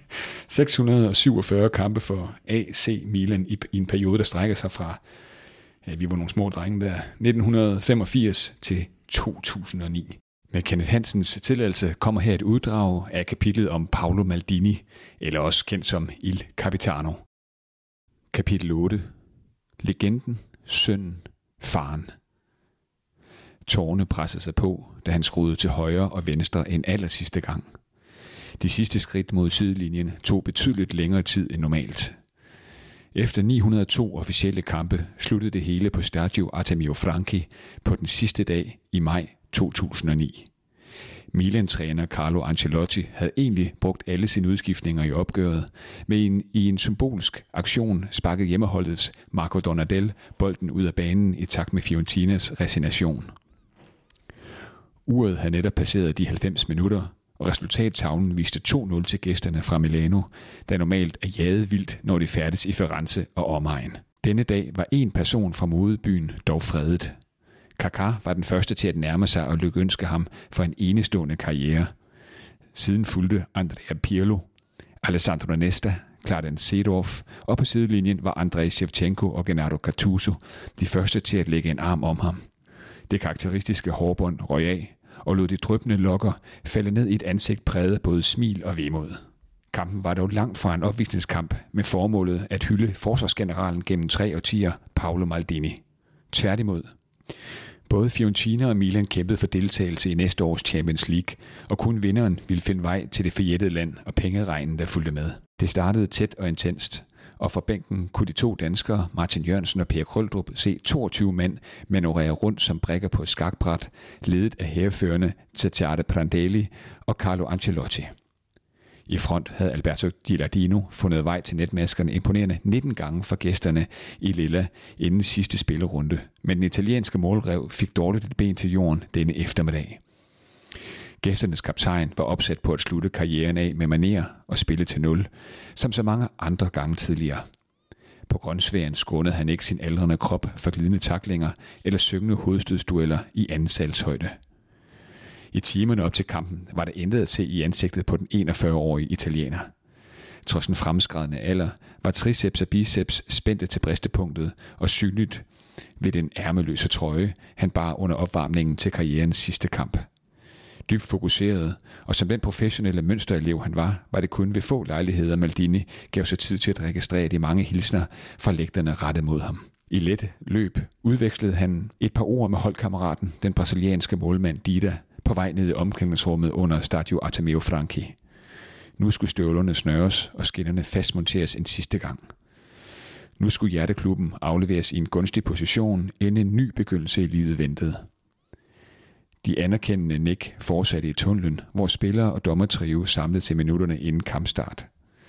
647 kampe for AC Milan i en periode, der strækker sig fra, vi var nogle små drenge der, 1985 til 2009. Med Kenneth Hansens tilladelse kommer her et uddrag af kapitlet om Paolo Maldini, eller også kendt som Il Capitano. Kapitel 8. Legenden, sønnen, faren. Tårerne pressede sig på, da han skruede til højre og venstre en allersidste gang. De sidste skridt mod sidelinjen tog betydeligt længere tid end normalt. Efter 902 officielle kampe sluttede det hele på Stadio Artemio Franchi på den sidste dag i maj 2009. Milan-træner Carlo Ancelotti havde egentlig brugt alle sine udskiftninger i opgøret, men i en symbolsk aktion sparkede hjemmeholdets Marco Donadel bolden ud af banen i takt med Fiorentinas resignation. Uret havde netop passeret de 90 minutter, og resultattavlen viste 2-0 til gæsterne fra Milano, der normalt er jaget vildt, når de færdes i Firenze og omegn. Denne dag var en person fra modebyen dog fredet. Kaká var den første til at nærme sig og lykønske ham for en enestående karriere. Siden fulgte Andrea Pirlo, Alessandro Nesta, Clarence Seedorf, og på sidelinjen var Andrei Shevchenko og Gennaro Gattuso de første til at lægge en arm om ham. Det karakteristiske hårbånd røg af, og lod de dryppende lokker falde ned i et ansigt præget både smil og vemod. Kampen var dog langt fra en opvisningskamp med formålet at hylde forsvarsgeneralen gennem 3 årtier, Paolo Maldini. Tværtimod. Både Fiorentina og Milan kæmpede for deltagelse i næste års Champions League, og kun vinderen ville finde vej til det forjættede land og pengeregnen, der fulgte med. Det startede tæt og intenst, og fra bænken kunne de 2 danskere, Martin Jørgensen og Per Krøldrup, se 22 mænd manøvrere rundt som brikker på et skakbræt, ledet af hærførende Tatarde Prandelli og Carlo Ancelotti. I front havde Alberto Gilardino fundet vej til netmaskerne imponerende 19 gange for gæsterne i Lilla inden sidste spillerunde, men den italienske målrev fik dårligt et ben til jorden denne eftermiddag. Gæsternes kaptajn var opsat på at slutte karrieren af med manér og spille til 0, som så mange andre gange tidligere. På grønsværen skånede han ikke sin aldrende krop for glidende taklinger eller syngende hovedstødsdueller i anden salshøjde. I timerne op til kampen var der intet at se i ansigtet på den 41-årige italiener. Trods en fremskredende alder var triceps og biceps spændte til bristepunktet og synligt ved den ærmeløse trøje, han bar under opvarmningen til karrierens sidste kamp. Dybt fokuseret, og som den professionelle mønsterelev han var det kun ved få lejligheder Maldini gav sig tid til at registrere de mange hilsner fra lægterne rettet mod ham. I let løb udvekslede han et par ord med holdkammeraten, den brasilianske målmand Dida, på vej ned i omklædningsrummet under Stadio Artemio Franchi. Nu skulle støvlerne snøres og skinnerne fastmonteres en sidste gang. Nu skulle hjerteklubben afleveres i en gunstig position, inden en ny begyndelse i livet ventede. De anerkendende nik fortsatte i tunnelen, hvor spillere og dommertrio samlede til minutterne inden kampstart.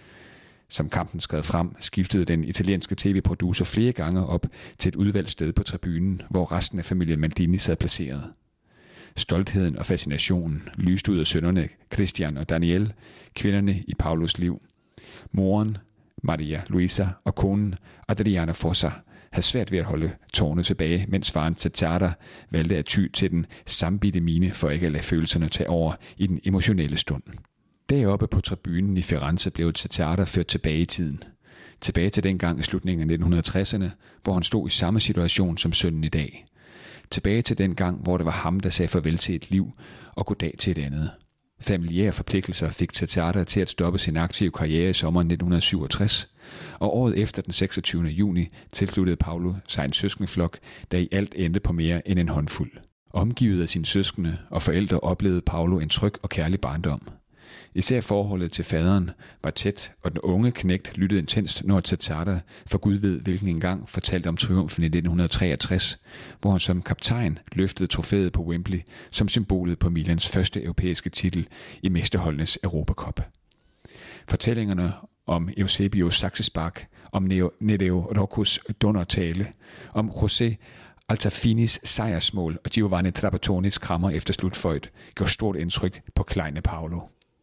Som kampen skred frem, skiftede den italienske tv-producer flere gange op til et udvalgt sted på tribunen, hvor resten af familien Maldini sad placeret. Stoltheden og fascinationen lyste ud af sønnerne Christian og Daniel, kvinderne i Paulos liv. Moren, Maria Luisa og konen Adriana Fossa havde svært ved at holde tårerne tilbage, mens faren Tatarda valgte at ty til den sammenbitte mine for ikke at lade følelserne tage over i den emotionelle stund. Deroppe på tribunen i Firenze blev Tatarda ført tilbage i tiden. Tilbage til dengang i slutningen af 1960'erne, hvor han stod i samme situation som sønnen i dag. Tilbage til den gang, hvor det var ham, der sagde farvel til et liv og goddag til et andet. Familiære forpligtelser fik Tatarda til at stoppe sin aktive karriere i sommeren 1967, og året efter den 26. juni tilsluttede Paolo sig en søskendeflok, der i alt endte på mere end en håndfuld. Omgivet af sine søskende og forældre oplevede Paolo en tryg og kærlig barndom. Især forholdet til faderen var tæt, og den unge knægt lyttede intenst, når Tatarda for Gud ved hvilken engang fortalte om triumfen i 1963, hvor han som kaptajn løftede trofæet på Wembley som symbolet på Milans første europæiske titel i mesterholdenes Europacup. Fortællingerne om Eusebio Saxespark, om Nedeo Roccos donortale, om José Altafinis sejrsmål og Giovanni Trapattoni's krammer efter slutføjt gjorde stort indtryk på kleine Paolo.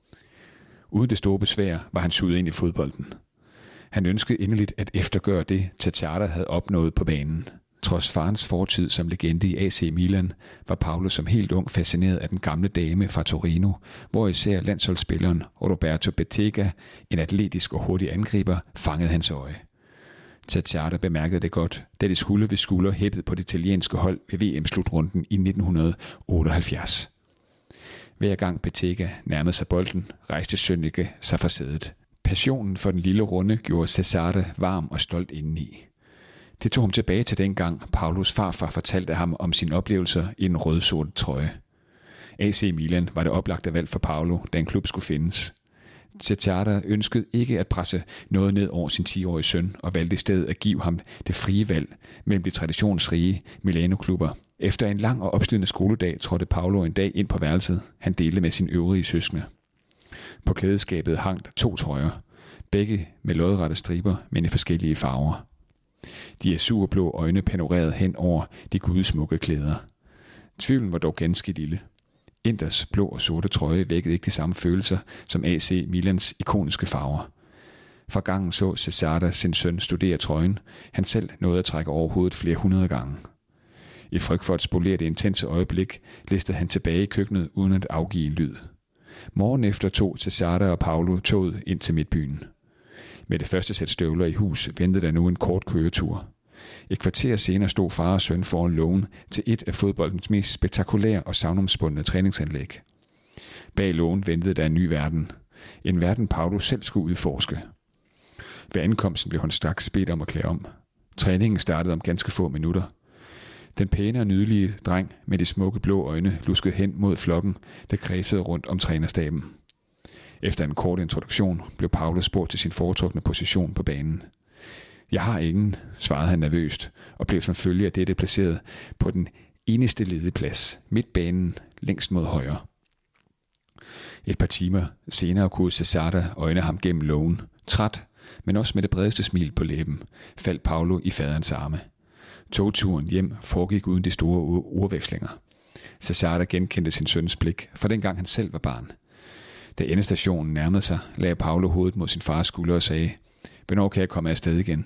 Uden det store besvær var han suget ind i fodbolden. Han ønskede inderligt at eftergøre det, Tatarda havde opnået på banen. Trods farens fortid som legende i AC Milan, var Paolo som helt ung fascineret af den gamle dame fra Torino, hvor især landsholdsspilleren Roberto Bettega, en atletisk og hurtig angriber, fangede hans øje. Tatarda bemærkede det godt, da de skulder ved skulder hæppede på det italienske hold ved VM-slutrunden i 1978. Hver gang Bettega nærmede sig bolden, rejste Sønneke sig fra sædet. Passionen for den lille runde gjorde Cesare varm og stolt indeni. Det tog ham tilbage til dengang Paulos farfar fortalte ham om sine oplevelser i en rød-sorte trøje. AC Milan var det oplagte valg for Paolo, da en klub skulle findes. Tatarda ønskede ikke at presse noget ned over sin 10-årige søn og valgte i stedet at give ham det frie valg mellem de traditionsrige Milano-klubber. Efter en lang og opslidende skoledag trådte Paolo en dag ind på værelset, han delte med sine øvrige søskende. På klædeskabet hang der 2 trøjer, begge med lodrette striber, men i forskellige farver. De azurblå øjne panorerede hen over de gudsmukke klæder. Tvivlen var dog ganske lille. Inters blå og sorte trøje vækkede ikke de samme følelser som AC Milans ikoniske farver. Fra gangen så Cesada sin søn studere trøjen. Han selv nåede at trække over hovedet flere 100 gange. I frygt for at spolere det intense øjeblik, listede han tilbage i køkkenet uden at afgive en lyd. Morgen efter tog Cesada og Paulo toget ind til midtbyen. Med det første sæt støvler i hus ventede der nu en kort køretur. Et kvarter senere stod far og søn foran lågen til et af fodboldens mest spektakulære og savnomsbundne træningsanlæg. Bag lågen ventede der en ny verden. En verden Paulo selv skulle udforske. Ved ankomsten blev han straks bedt om at klæde om. Træningen startede om ganske få minutter. Den pæne og nydelige dreng med de smukke blå øjne luskede hen mod flokken, der kredsede rundt om trænerstaben. Efter en kort introduktion blev Paulo spurgt til sin foretrukne position på banen. Jeg har ingen, svarede han nervøst, og blev som følge af dette placeret på den eneste ledige plads, midtbanen længst mod højre. Et par timer senere kunne Cesada øjne ham gennem lågen. Træt, men også med det bredeste smil på læben, faldt Paulo i faderens arme. Togturen hjem foregik uden de store ordvekslinger. Cesada genkendte sin søns blik, fra dengang han selv var barn. Da endestationen nærmede sig, lagde Paulo hovedet mod sin fars skulder og sagde, hvornår kan jeg komme afsted igen?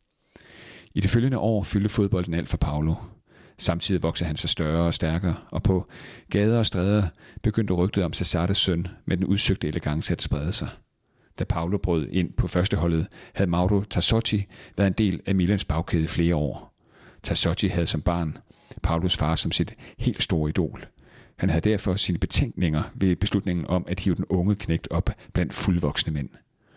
I det følgende år fyldte fodbolden alt for Paulo. Samtidig voksede han sig større og stærkere, og på gader og stræder begyndte rygtet om Cesadas søn med den udsøgte elegance at sprede sig. Da Paulo brød ind på førsteholdet, havde Mauro Tassotti været en del af Milans bagkæde i flere år. Tassotti havde som barn Paulos far som sit helt store idol. Han havde derfor sine betænkninger ved beslutningen om at hive den unge knægt op blandt fuldvoksne mænd.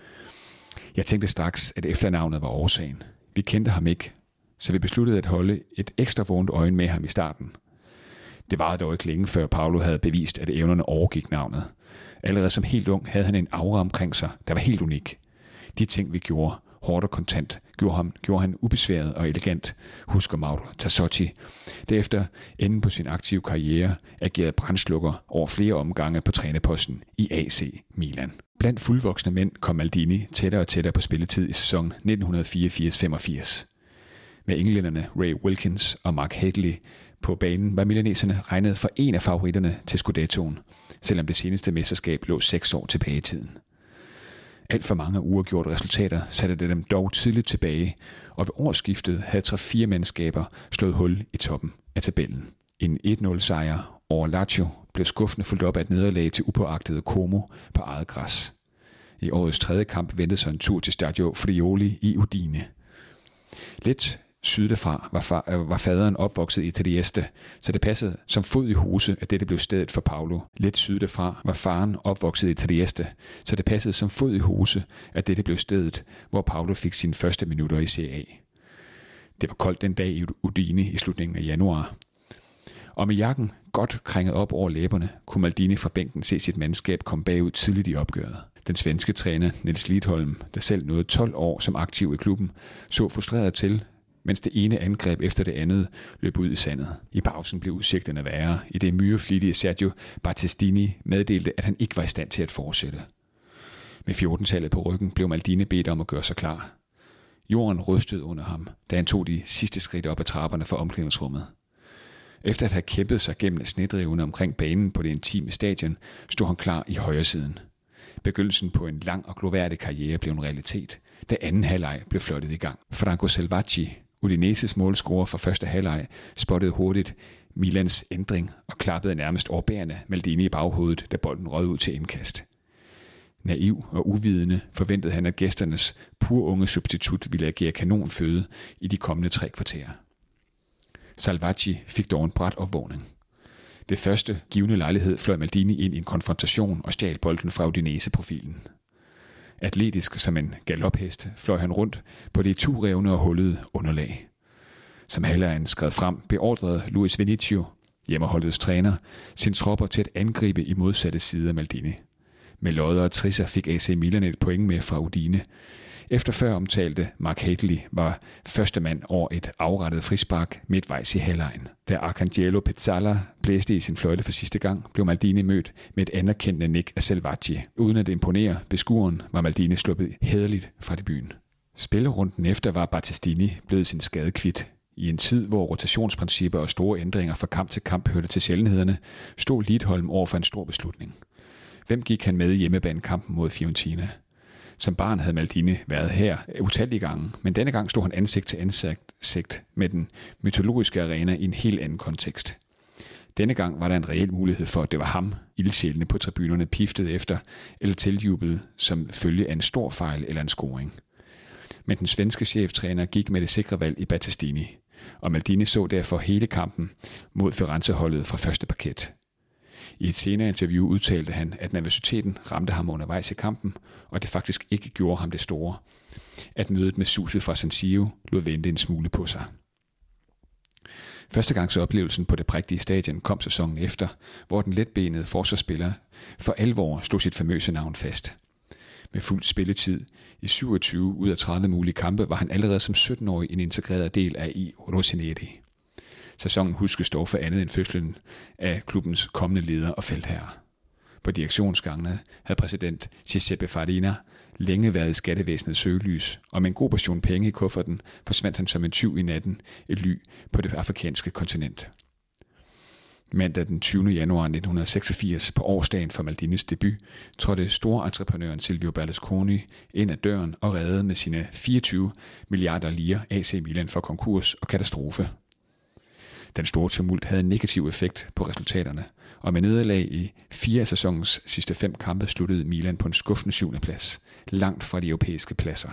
Jeg tænkte straks, at efternavnet var årsagen. Vi kendte ham ikke, så vi besluttede at holde et ekstra vågent øje med ham i starten. Det varede dog ikke længe, før Paulo havde bevist, at evnerne overgik navnet. Allerede som helt ung havde han en aura omkring sig, der var helt unik. De ting, vi gjorde, hårdt og kontant, gjorde han ubesværet og elegant, husker Mauro Tassotti. Derefter, enden på sin aktive karriere, agerede brandslukker over flere omgange på trænerposten i AC Milan. Blandt fuldvoksne mænd kom Maldini tættere og tættere på spilletid i sæsonen 1984-85. Med englænderne Ray Wilkins og Mark Hadley på banen var milaneserne regnet for en af favoritterne til Scudettoen, selvom det seneste mesterskab lå 6 år tilbage i tiden. Alt for mange uafgjorte resultater satte dem dog tidligt tilbage, og ved årsskiftet havde 3-4 mandskaber slået hul i toppen af tabellen. En 1-0 sejr over Lazio blev skuffende fulgt op af et nederlag til upåagtede Como på eget græs. I årets 3. kamp ventede sig en tur til Stadio Friuli i Udine. Lidt syd derfra var faderen opvokset i Trieste, så det passede som fod i hose, at dette blev stedet for Paulo. Lidt syd derfra var faren opvokset i Trieste, så det passede som fod i hose, at dette blev stedet, hvor Paulo fik sine første minutter i Serie A. Det var koldt den dag i Udine i slutningen af januar. Og med jakken godt krænget op over læberne, kunne Maldini fra bænken se sit mandskab komme bagud tidligt i opgøret. Den svenske træner Niels Lidholm, der selv nåede 12 år som aktiv i klubben, så frustreret til, mens det ene angreb efter det andet løb ud i sandet. I pausen blev udsigterne værre, i det myreflittige Sergio Battistini meddelte, at han ikke var i stand til at fortsætte. Med 14-tallet på ryggen blev Maldini bedt om at gøre sig klar. Jorden rystede under ham, da han tog de sidste skridt op ad trapperne for omklædningsrummet. Efter at have kæmpet sig gennem snedrivene omkring banen på det intime stadion, stod han klar i højre siden. Begyndelsen på en lang og gloværdig karriere blev en realitet, da anden halvleg blev fløjtet i gang. Franco Selvaggi, Udineses målscorer for første halvleg, spottede hurtigt Milans ændring og klappede nærmest overbærende Maldini i baghovedet, da bolden røg ud til indkast. Naiv og uvidende forventede han, at gæsternes purunge substitut ville agere kanonføde i de kommende 3 kvarterer. Salvaggi fik dog en brat opvågning. Ved første givende lejlighed fløj Maldini ind i en konfrontation og stjal bolden fra Udinese-profilen. Atletisk som en galophest fløj han rundt på det iturevne og hullede underlag. Som halvlegen skred frem, beordrede Luis Vinicio, hjemmeholdets træner, sine tropper til at angribe i modsatte side af Maldini. Med lodder og trisser fik AC Milan et point med fra Udine. Efter før omtalte Mark Hadley var første mand over et afrettet frispark midtvejs i halvlegen. Da Arcangelo Pezzala blæste i sin fløjte for sidste gang, blev Maldini mødt med et anerkendende nik af Selvaggi. Uden at imponere beskueren, var Maldini sluppet hæderligt fra debuten. Spillerunden efter var Battistini blevet sin skade kvit. I en tid, hvor rotationsprincipper og store ændringer fra kamp til kamp hørte til sjældenhederne, stod Lidholm over for en stor beslutning. Hvem gik han med i hjemmebanekampen mod Fiorentina? Som barn havde Maldini været her utallige gange, men denne gang stod han ansigt til ansigt med den mytologiske arena i en helt anden kontekst. Denne gang var der en reel mulighed for, at det var ham, ildsjælene på tribunerne piftede efter eller tiljubelede som følge af en stor fejl eller en scoring. Men den svenske cheftræner gik med det sikre valg i Battistini, og Maldini så derfor hele kampen mod Firenze-holdet fra første parket. I et senere interview udtalte han, at nervøsiteten ramte ham undervejs i kampen, og det faktisk ikke gjorde ham det store. At mødet med suset fra San Siro lod vente en smule på sig. Førstegangsoplevelsen på det prægtige stadion kom sæsonen efter, hvor den letbenede forsvarsspiller for alvor slog sit famøse navn fast. Med fuld spilletid i 27 ud af 30 mulige kampe var han allerede som 17-årig en integreret del af i Rossoneri. Sæsonen huskes dog for andet end fødslen af klubbens kommende leder og feltherre. På direktionsgangene havde præsident Giuseppe Farina længe været i skattevæsenets søgelys, og med en god portion penge i kufferten forsvandt han som en tyv i natten et ly på det afrikanske kontinent. Mandag den 20. januar 1986, på årsdagen for Maldinis debut, trådte storentreprenøren Silvio Berlusconi ind ad døren og reddede med sine 24 milliarder lire AC Milan for konkurs og katastrofe. Den store tumult havde en negativ effekt på resultaterne, og med nederlag i 4 af sæsonens sidste 5 kampe sluttede Milan på en skuffende 7. plads, langt fra de europæiske pladser.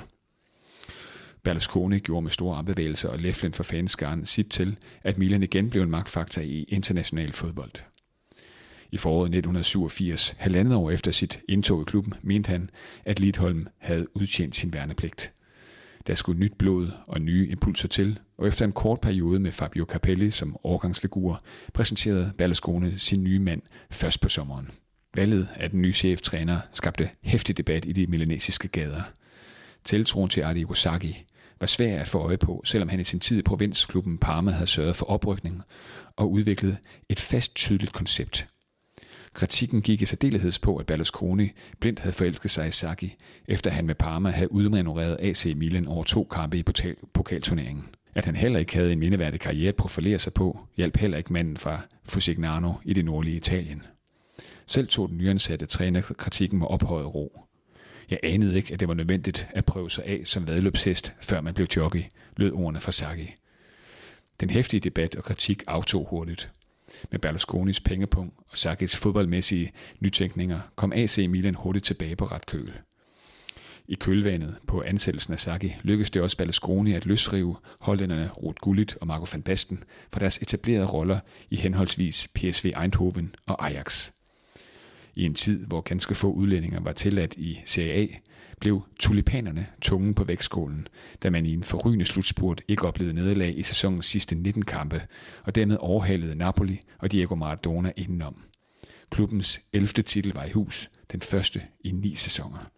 Berlusconi gjorde med store armbevægelser og læflen for fanskaren sit til, at Milan igen blev en magtfaktor i international fodbold. I foråret 1987, halvandet år efter sit indtog i klubben, mente han, at Lidholm havde udtjent sin værnepligt. Der skulle nyt blod og nye impulser til, og efter en kort periode med Fabio Capelli som overgangsfigur, præsenterede Berlusconi sin nye mand først på sommeren. Valget af den nye cheftræner skabte heftig debat i de milanesiske gader. Tiltroen til Arrigo Sacchi var svær at få øje på, selvom han i sin tid i provinsklubben Parma havde sørget for oprykning og udviklet et fast tydeligt koncept. Kritikken gik i særdelighed på, at Berlusconi blindt havde forelsket sig i Sacchi, efter han med Parma havde udmanøvreret AC Milan over 2 kampe i pokalturneringen. At han heller ikke havde en mindeværdig karriere at profilere sig på, hjalp heller ikke manden fra Fusignano i det nordlige Italien. Selv tog den nyansatte træner kritikken med ophøjet ro. Jeg anede ikke, at det var nødvendigt at prøve sig af som væddeløbshest, før man blev jockey, lød ordene fra Sacchi. Den heftige debat og kritik aftog hurtigt. Med Berlusconis pengepunkt og Sacchis fodboldmæssige nytænkninger kom AC Milan hurtigt tilbage på ret køl. I kølvandet på ansættelsen af Sacchi lykkedes det også Berlusconi at løsrive hollænderne Ruud Gullit og Marco van Basten fra deres etablerede roller i henholdsvis PSV Eindhoven og Ajax. I en tid, hvor ganske få udlændinger var tilladt i Serie A, blev tulipanerne tungen på vægtskålen, da man i en forrygende slutspurt ikke oplevede nederlag i sæsonens sidste 19 kampe, og dermed overhalede Napoli og Diego Maradona indenom. Klubbens 11. titel var i hus, den første i 9 sæsoner.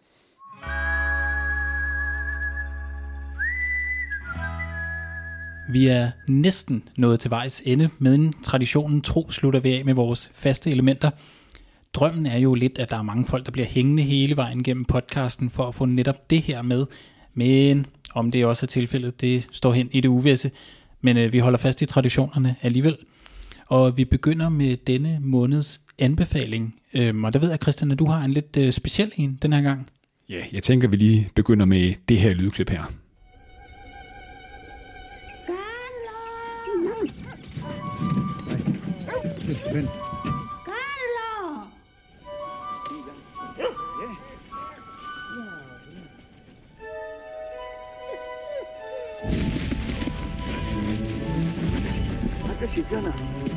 Vi er næsten nået til vejs ende, men traditionen tro slutter vi af med vores faste elementer. Drømmen er jo lidt, at der er mange folk, der bliver hængende hele vejen gennem podcasten for at få netop det her med. Men om det også er tilfældet, det står hen i det uvisse. Men vi holder fast i traditionerne alligevel. Og vi begynder med denne måneds anbefaling. Og der ved jeg, Christian, at du har en lidt speciel en den her gang. Ja, jeg tænker, vi lige begynder med det her lydklip her. Silvana.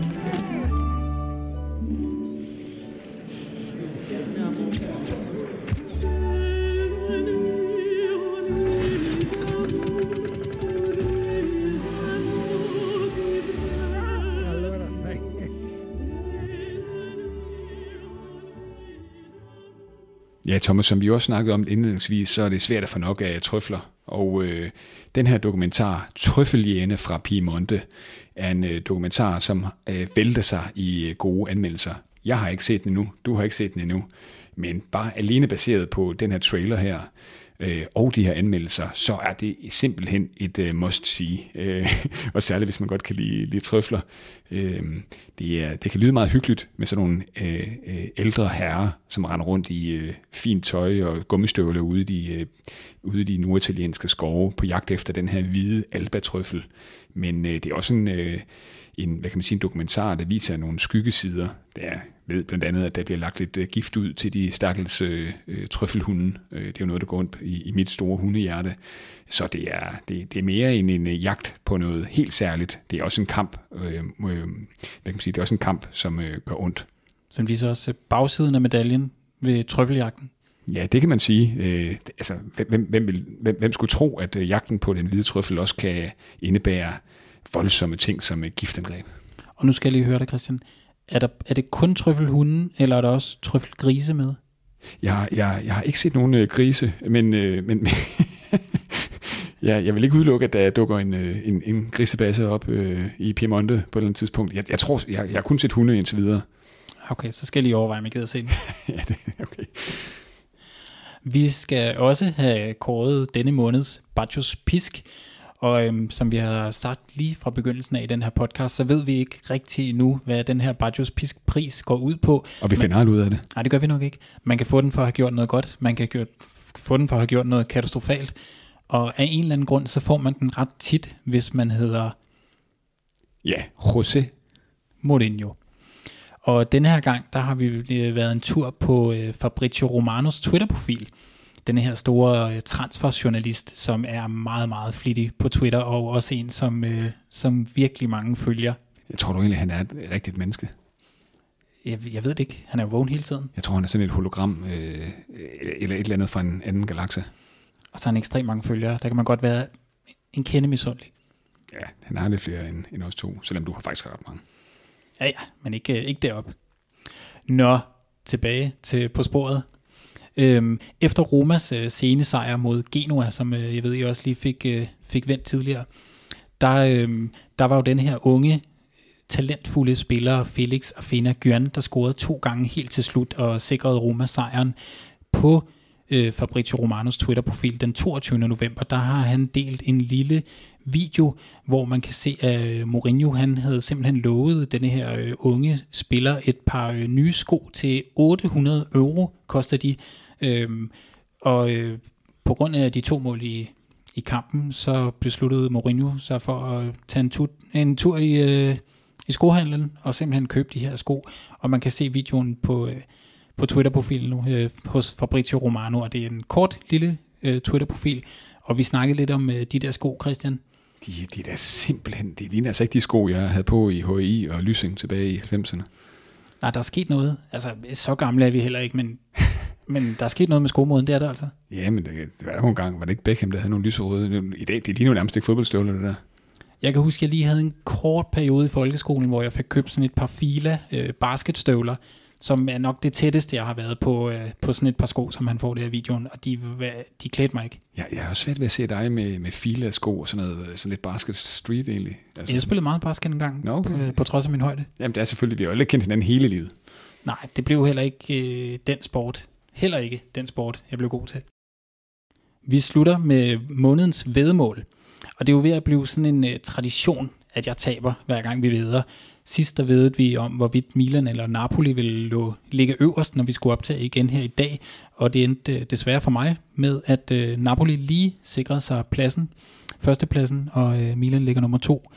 Ja, Thomas, som vi også snakkede om indledningsvis, så er det svært at få nok af trøfler. Og den her dokumentar, Trøffeljæne fra Piemonte, er en dokumentar, som vælter sig i gode anmeldelser. Jeg har ikke set den endnu, du har ikke set den endnu, men bare alene baseret på den her trailer her, og de her anmeldelser, så er det simpelthen et must-see. Og særligt, hvis man godt kan lide trøfler. Det kan lyde meget hyggeligt med sådan nogle ældre herrer, som render rundt i fint tøj og gummistøvler ude i de norditalienske skove på jagt efter den her hvide albatrøffel. Men det er også en dokumentar, der viser nogle skyggesider. Jeg ved blandt andet, at der bliver lagt lidt gift ud til de stakkels trøffelhunde. Det er jo noget, der går rundt i mit store hundehjerte. Så det er mere end en jagt på noget helt særligt. Det er også en kamp. Det er også en kamp, som gør ondt. Som viser også bagsiden af medaljen ved trøffeljagten. Ja, det kan man sige. Hvem skulle tro, at jagten på den hvide trøffel også kan indebære voldsomme ting som giftangreb? Og nu skal jeg lige høre dig, Christian. Er det kun trøffelhunden, eller er der også trøffelgrise med? Jeg har ikke set nogen grise, men jeg vil ikke udelukke, at der dukker en grisebasse op i Piemonte på et eller andet tidspunkt. Jeg tror, jeg har kun set hunde indtil videre. Okay, så skal jeg lige overveje, om jeg gider se den. Ja, det er okay. Vi skal også have kåret denne måneds Bacchus Pisk, og som vi har sagt lige fra begyndelsen af i den her podcast, så ved vi ikke rigtig endnu, hvad den her Bacchus Pisk pris går ud på. Og vi finder aldrig ud af det. Nej, det gør vi nok ikke. Man kan få den for at have gjort noget godt, man kan få den for at have gjort noget katastrofalt, og af en eller anden grund, så får man den ret tit, hvis man hedder... Ja, José Mourinho. Og denne her gang, der har vi været en tur på Fabrizio Romanos Twitter-profil. Denne her store transferjournalist, som er meget, meget flittig på Twitter, og også en, som virkelig mange følger. Jeg tror du egentlig, han er et rigtigt menneske? Jeg ved det ikke. Han er vågen hele tiden. Jeg tror, han er sådan et hologram, eller et eller andet fra en anden galakse. Og så har han ekstremt mange følgere. Der kan man godt være en kende misundelig. Ja, han har lidt flere end os to, selvom du har faktisk ret mange. Ja, men ikke deroppe. Nå, tilbage til på sporet. Efter Romas scenesejr mod Genoa, som jeg ved, I også lige fik vendt tidligere, der var jo den her unge, talentfulde spiller, Felix Afena-Gyan, der scorede 2 gange helt til slut og sikrede Roma sejren. På Fabrizio Romanos Twitter-profil den 22. november, der har han delt en lille video, hvor man kan se, at Mourinho, han havde simpelthen lovet denne her unge spiller et par nye sko til 800 euro, koster de. På grund af de 2 mål i kampen, så besluttede Mourinho sig for at tage en tur i skohandlen og simpelthen købe de her sko. Og man kan se videoen på Twitter-profilen nu hos Fabrizio Romano, og det er en kort lille Twitter-profil. Og vi snakkede lidt om de der sko, Christian. De der simpelthen, det ligner altså ikke de sko, jeg havde på i HI og Lysing tilbage i 90'erne. Nej, der er sket noget. Altså, så gamle er vi heller ikke, men der er sket noget med skomoden, det er der altså. Ja, men det var der en gang, var det ikke Beckham, der havde nogle lyserøde? I dag, det ligner jo nærmest ikke fodboldstøvler, det der. Jeg kan huske, at jeg lige havde en kort periode i folkeskolen, hvor jeg fik købt sådan et par Fila basketstøvler, som er nok det tætteste, jeg har været på sådan et par sko, som han får der i videoen, og de klædte mig ikke. Ja, jeg har også svært ved at se dig med Fila-sko og sådan noget, sådan lidt basket street egentlig. Altså. Jeg spillede meget basket en gang, okay. på trods af min højde. Jamen det er selvfølgelig, vi har jo ikke kendt hinanden hele livet. Nej, det blev heller ikke den sport. Heller ikke den sport, jeg blev god til. Vi slutter med månedens væddemål, og det er jo ved at blive sådan en tradition, at jeg taber, hver gang vi vædder. Sidst der vedede vi om, hvorvidt Milan eller Napoli ville ligge øverst, når vi skulle optage igen her i dag. Og det endte desværre for mig med, at Napoli lige sikrede sig førstepladsen, og Milan ligger nummer 2.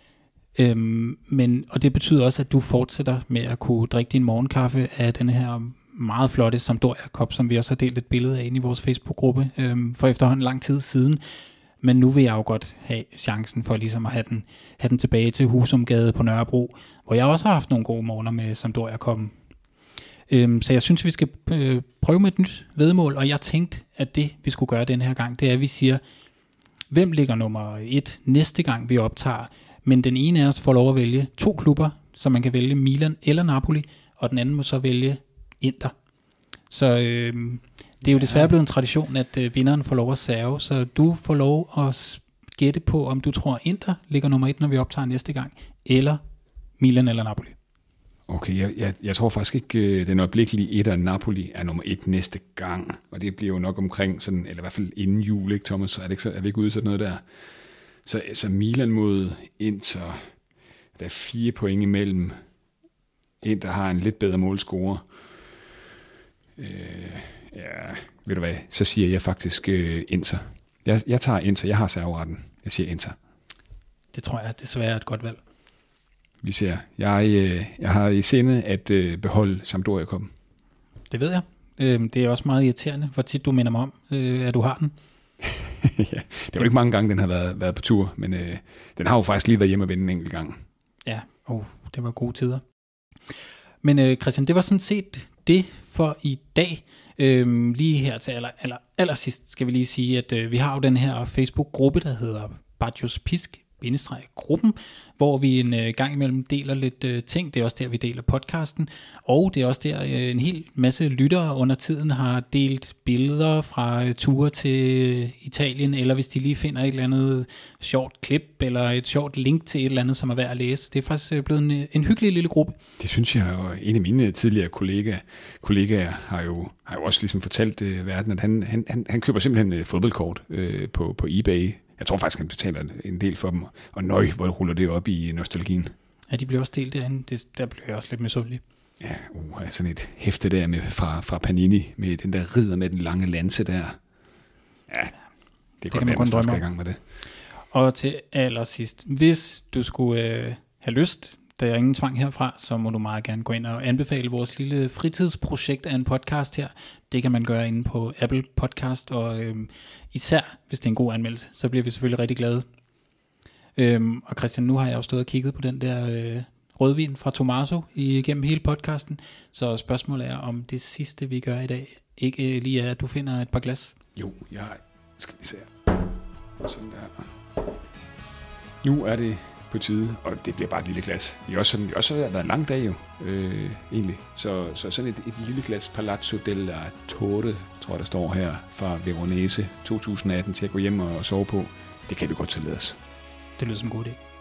Og det betyder også, at du fortsætter med at kunne drikke din morgenkaffe af den her meget flotte Sampdoria-kop, som vi også har delt et billede af inde i vores Facebook-gruppe for efterhånden lang tid siden. Men nu vil jeg jo godt have chancen for ligesom at have den tilbage til Husumgade på Nørrebro, hvor jeg også har haft nogle gode morgener med Sampdoria-koppen. Så jeg synes, vi skal prøve med et nyt væddemål, og jeg tænkte, at det vi skulle gøre den her gang, det er, at vi siger, hvem ligger nummer 1 næste gang vi optager, men den ene af os får lov at vælge 2 klubber, så man kan vælge Milan eller Napoli, og den anden må så vælge Inter. Så det er jo desværre blevet en tradition, at vinderen får lov at serve, så du får lov at gætte på, om du tror Inter ligger nummer 1, når vi optager næste gang, eller Milan eller Napoli. Okay, jeg tror faktisk ikke, den øjeblikkelige etter Napoli er nummer 1 næste gang. Og det bliver jo nok omkring, sådan, eller i hvert fald inden jul, ikke Thomas? Så er vi ikke ude i sådan noget der? Så Milan mod Inter, der er 4 point imellem. Inter har en lidt bedre målscore. Ved du hvad, så siger jeg faktisk Inter. Jeg tager Inter, jeg har serveretten. Jeg siger Inter. Det tror jeg desværre er et godt valg. Vi ser. Jeg har i sinde at beholde Sampdoria-koppen. Det ved jeg. Det er også meget irriterende, hvor tit du minder mig om, at du har den. Ja, det er jo ikke mange gange, den har været på tur, men den har jo faktisk lige været hjemme og vinde en enkelt gang. Ja, det var gode tider. Men Christian, det var sådan set det for i dag. Lige her til allersidst skal vi lige sige, at vi har jo den her Facebook-gruppe, der hedder Baccios Pisk gruppen, hvor vi en gang imellem deler lidt ting. Det er også der, vi deler podcasten, og det er også der, en hel masse lyttere under tiden har delt billeder fra ture til Italien, eller hvis de lige finder et eller andet sjovt klip, eller et sjovt link til et eller andet, som er værd at læse. Det er faktisk blevet en hyggelig lille gruppe. Det synes jeg jo. En af mine tidligere kollegaer har jo også ligesom fortalt verden, at han køber simpelthen fodboldkort på eBay. Jeg tror faktisk, han betaler en del for dem, og nøj, hvor ruller det op i nostalgien. Ja, de bliver også delt derinde. Der bliver jeg også lidt misundelig. Ja, sådan et hæfte der med fra Panini, med den der ridder med den lange lanse der. Ja, det kan man kun drømme om. I gang med det. Og til allersidst, hvis du skulle have lyst, der er ingen tvang herfra, så må du meget gerne gå ind og anbefale vores lille fritidsprojekt af en podcast her. Det kan man gøre inde på Apple Podcast, og især hvis det er en god anmeldelse, så bliver vi selvfølgelig rigtig glade. Og Christian, nu har jeg jo stået og kigget på den der rødvin fra Tommaso igennem hele podcasten, så spørgsmålet er, om det sidste vi gør i dag ikke lige er, at du finder et par glas. Jo, jeg skal lige se. Sådan der. Nu er det på tide, og det bliver bare et lille glas. Det er også været en lang dag jo, egentlig. Så sådan et lille glas Palazzo della Torre, tror jeg, der står her, fra Veronese 2018 til at gå hjem og sove på. Det kan vi godt tillade os. Det lyder som en god idé.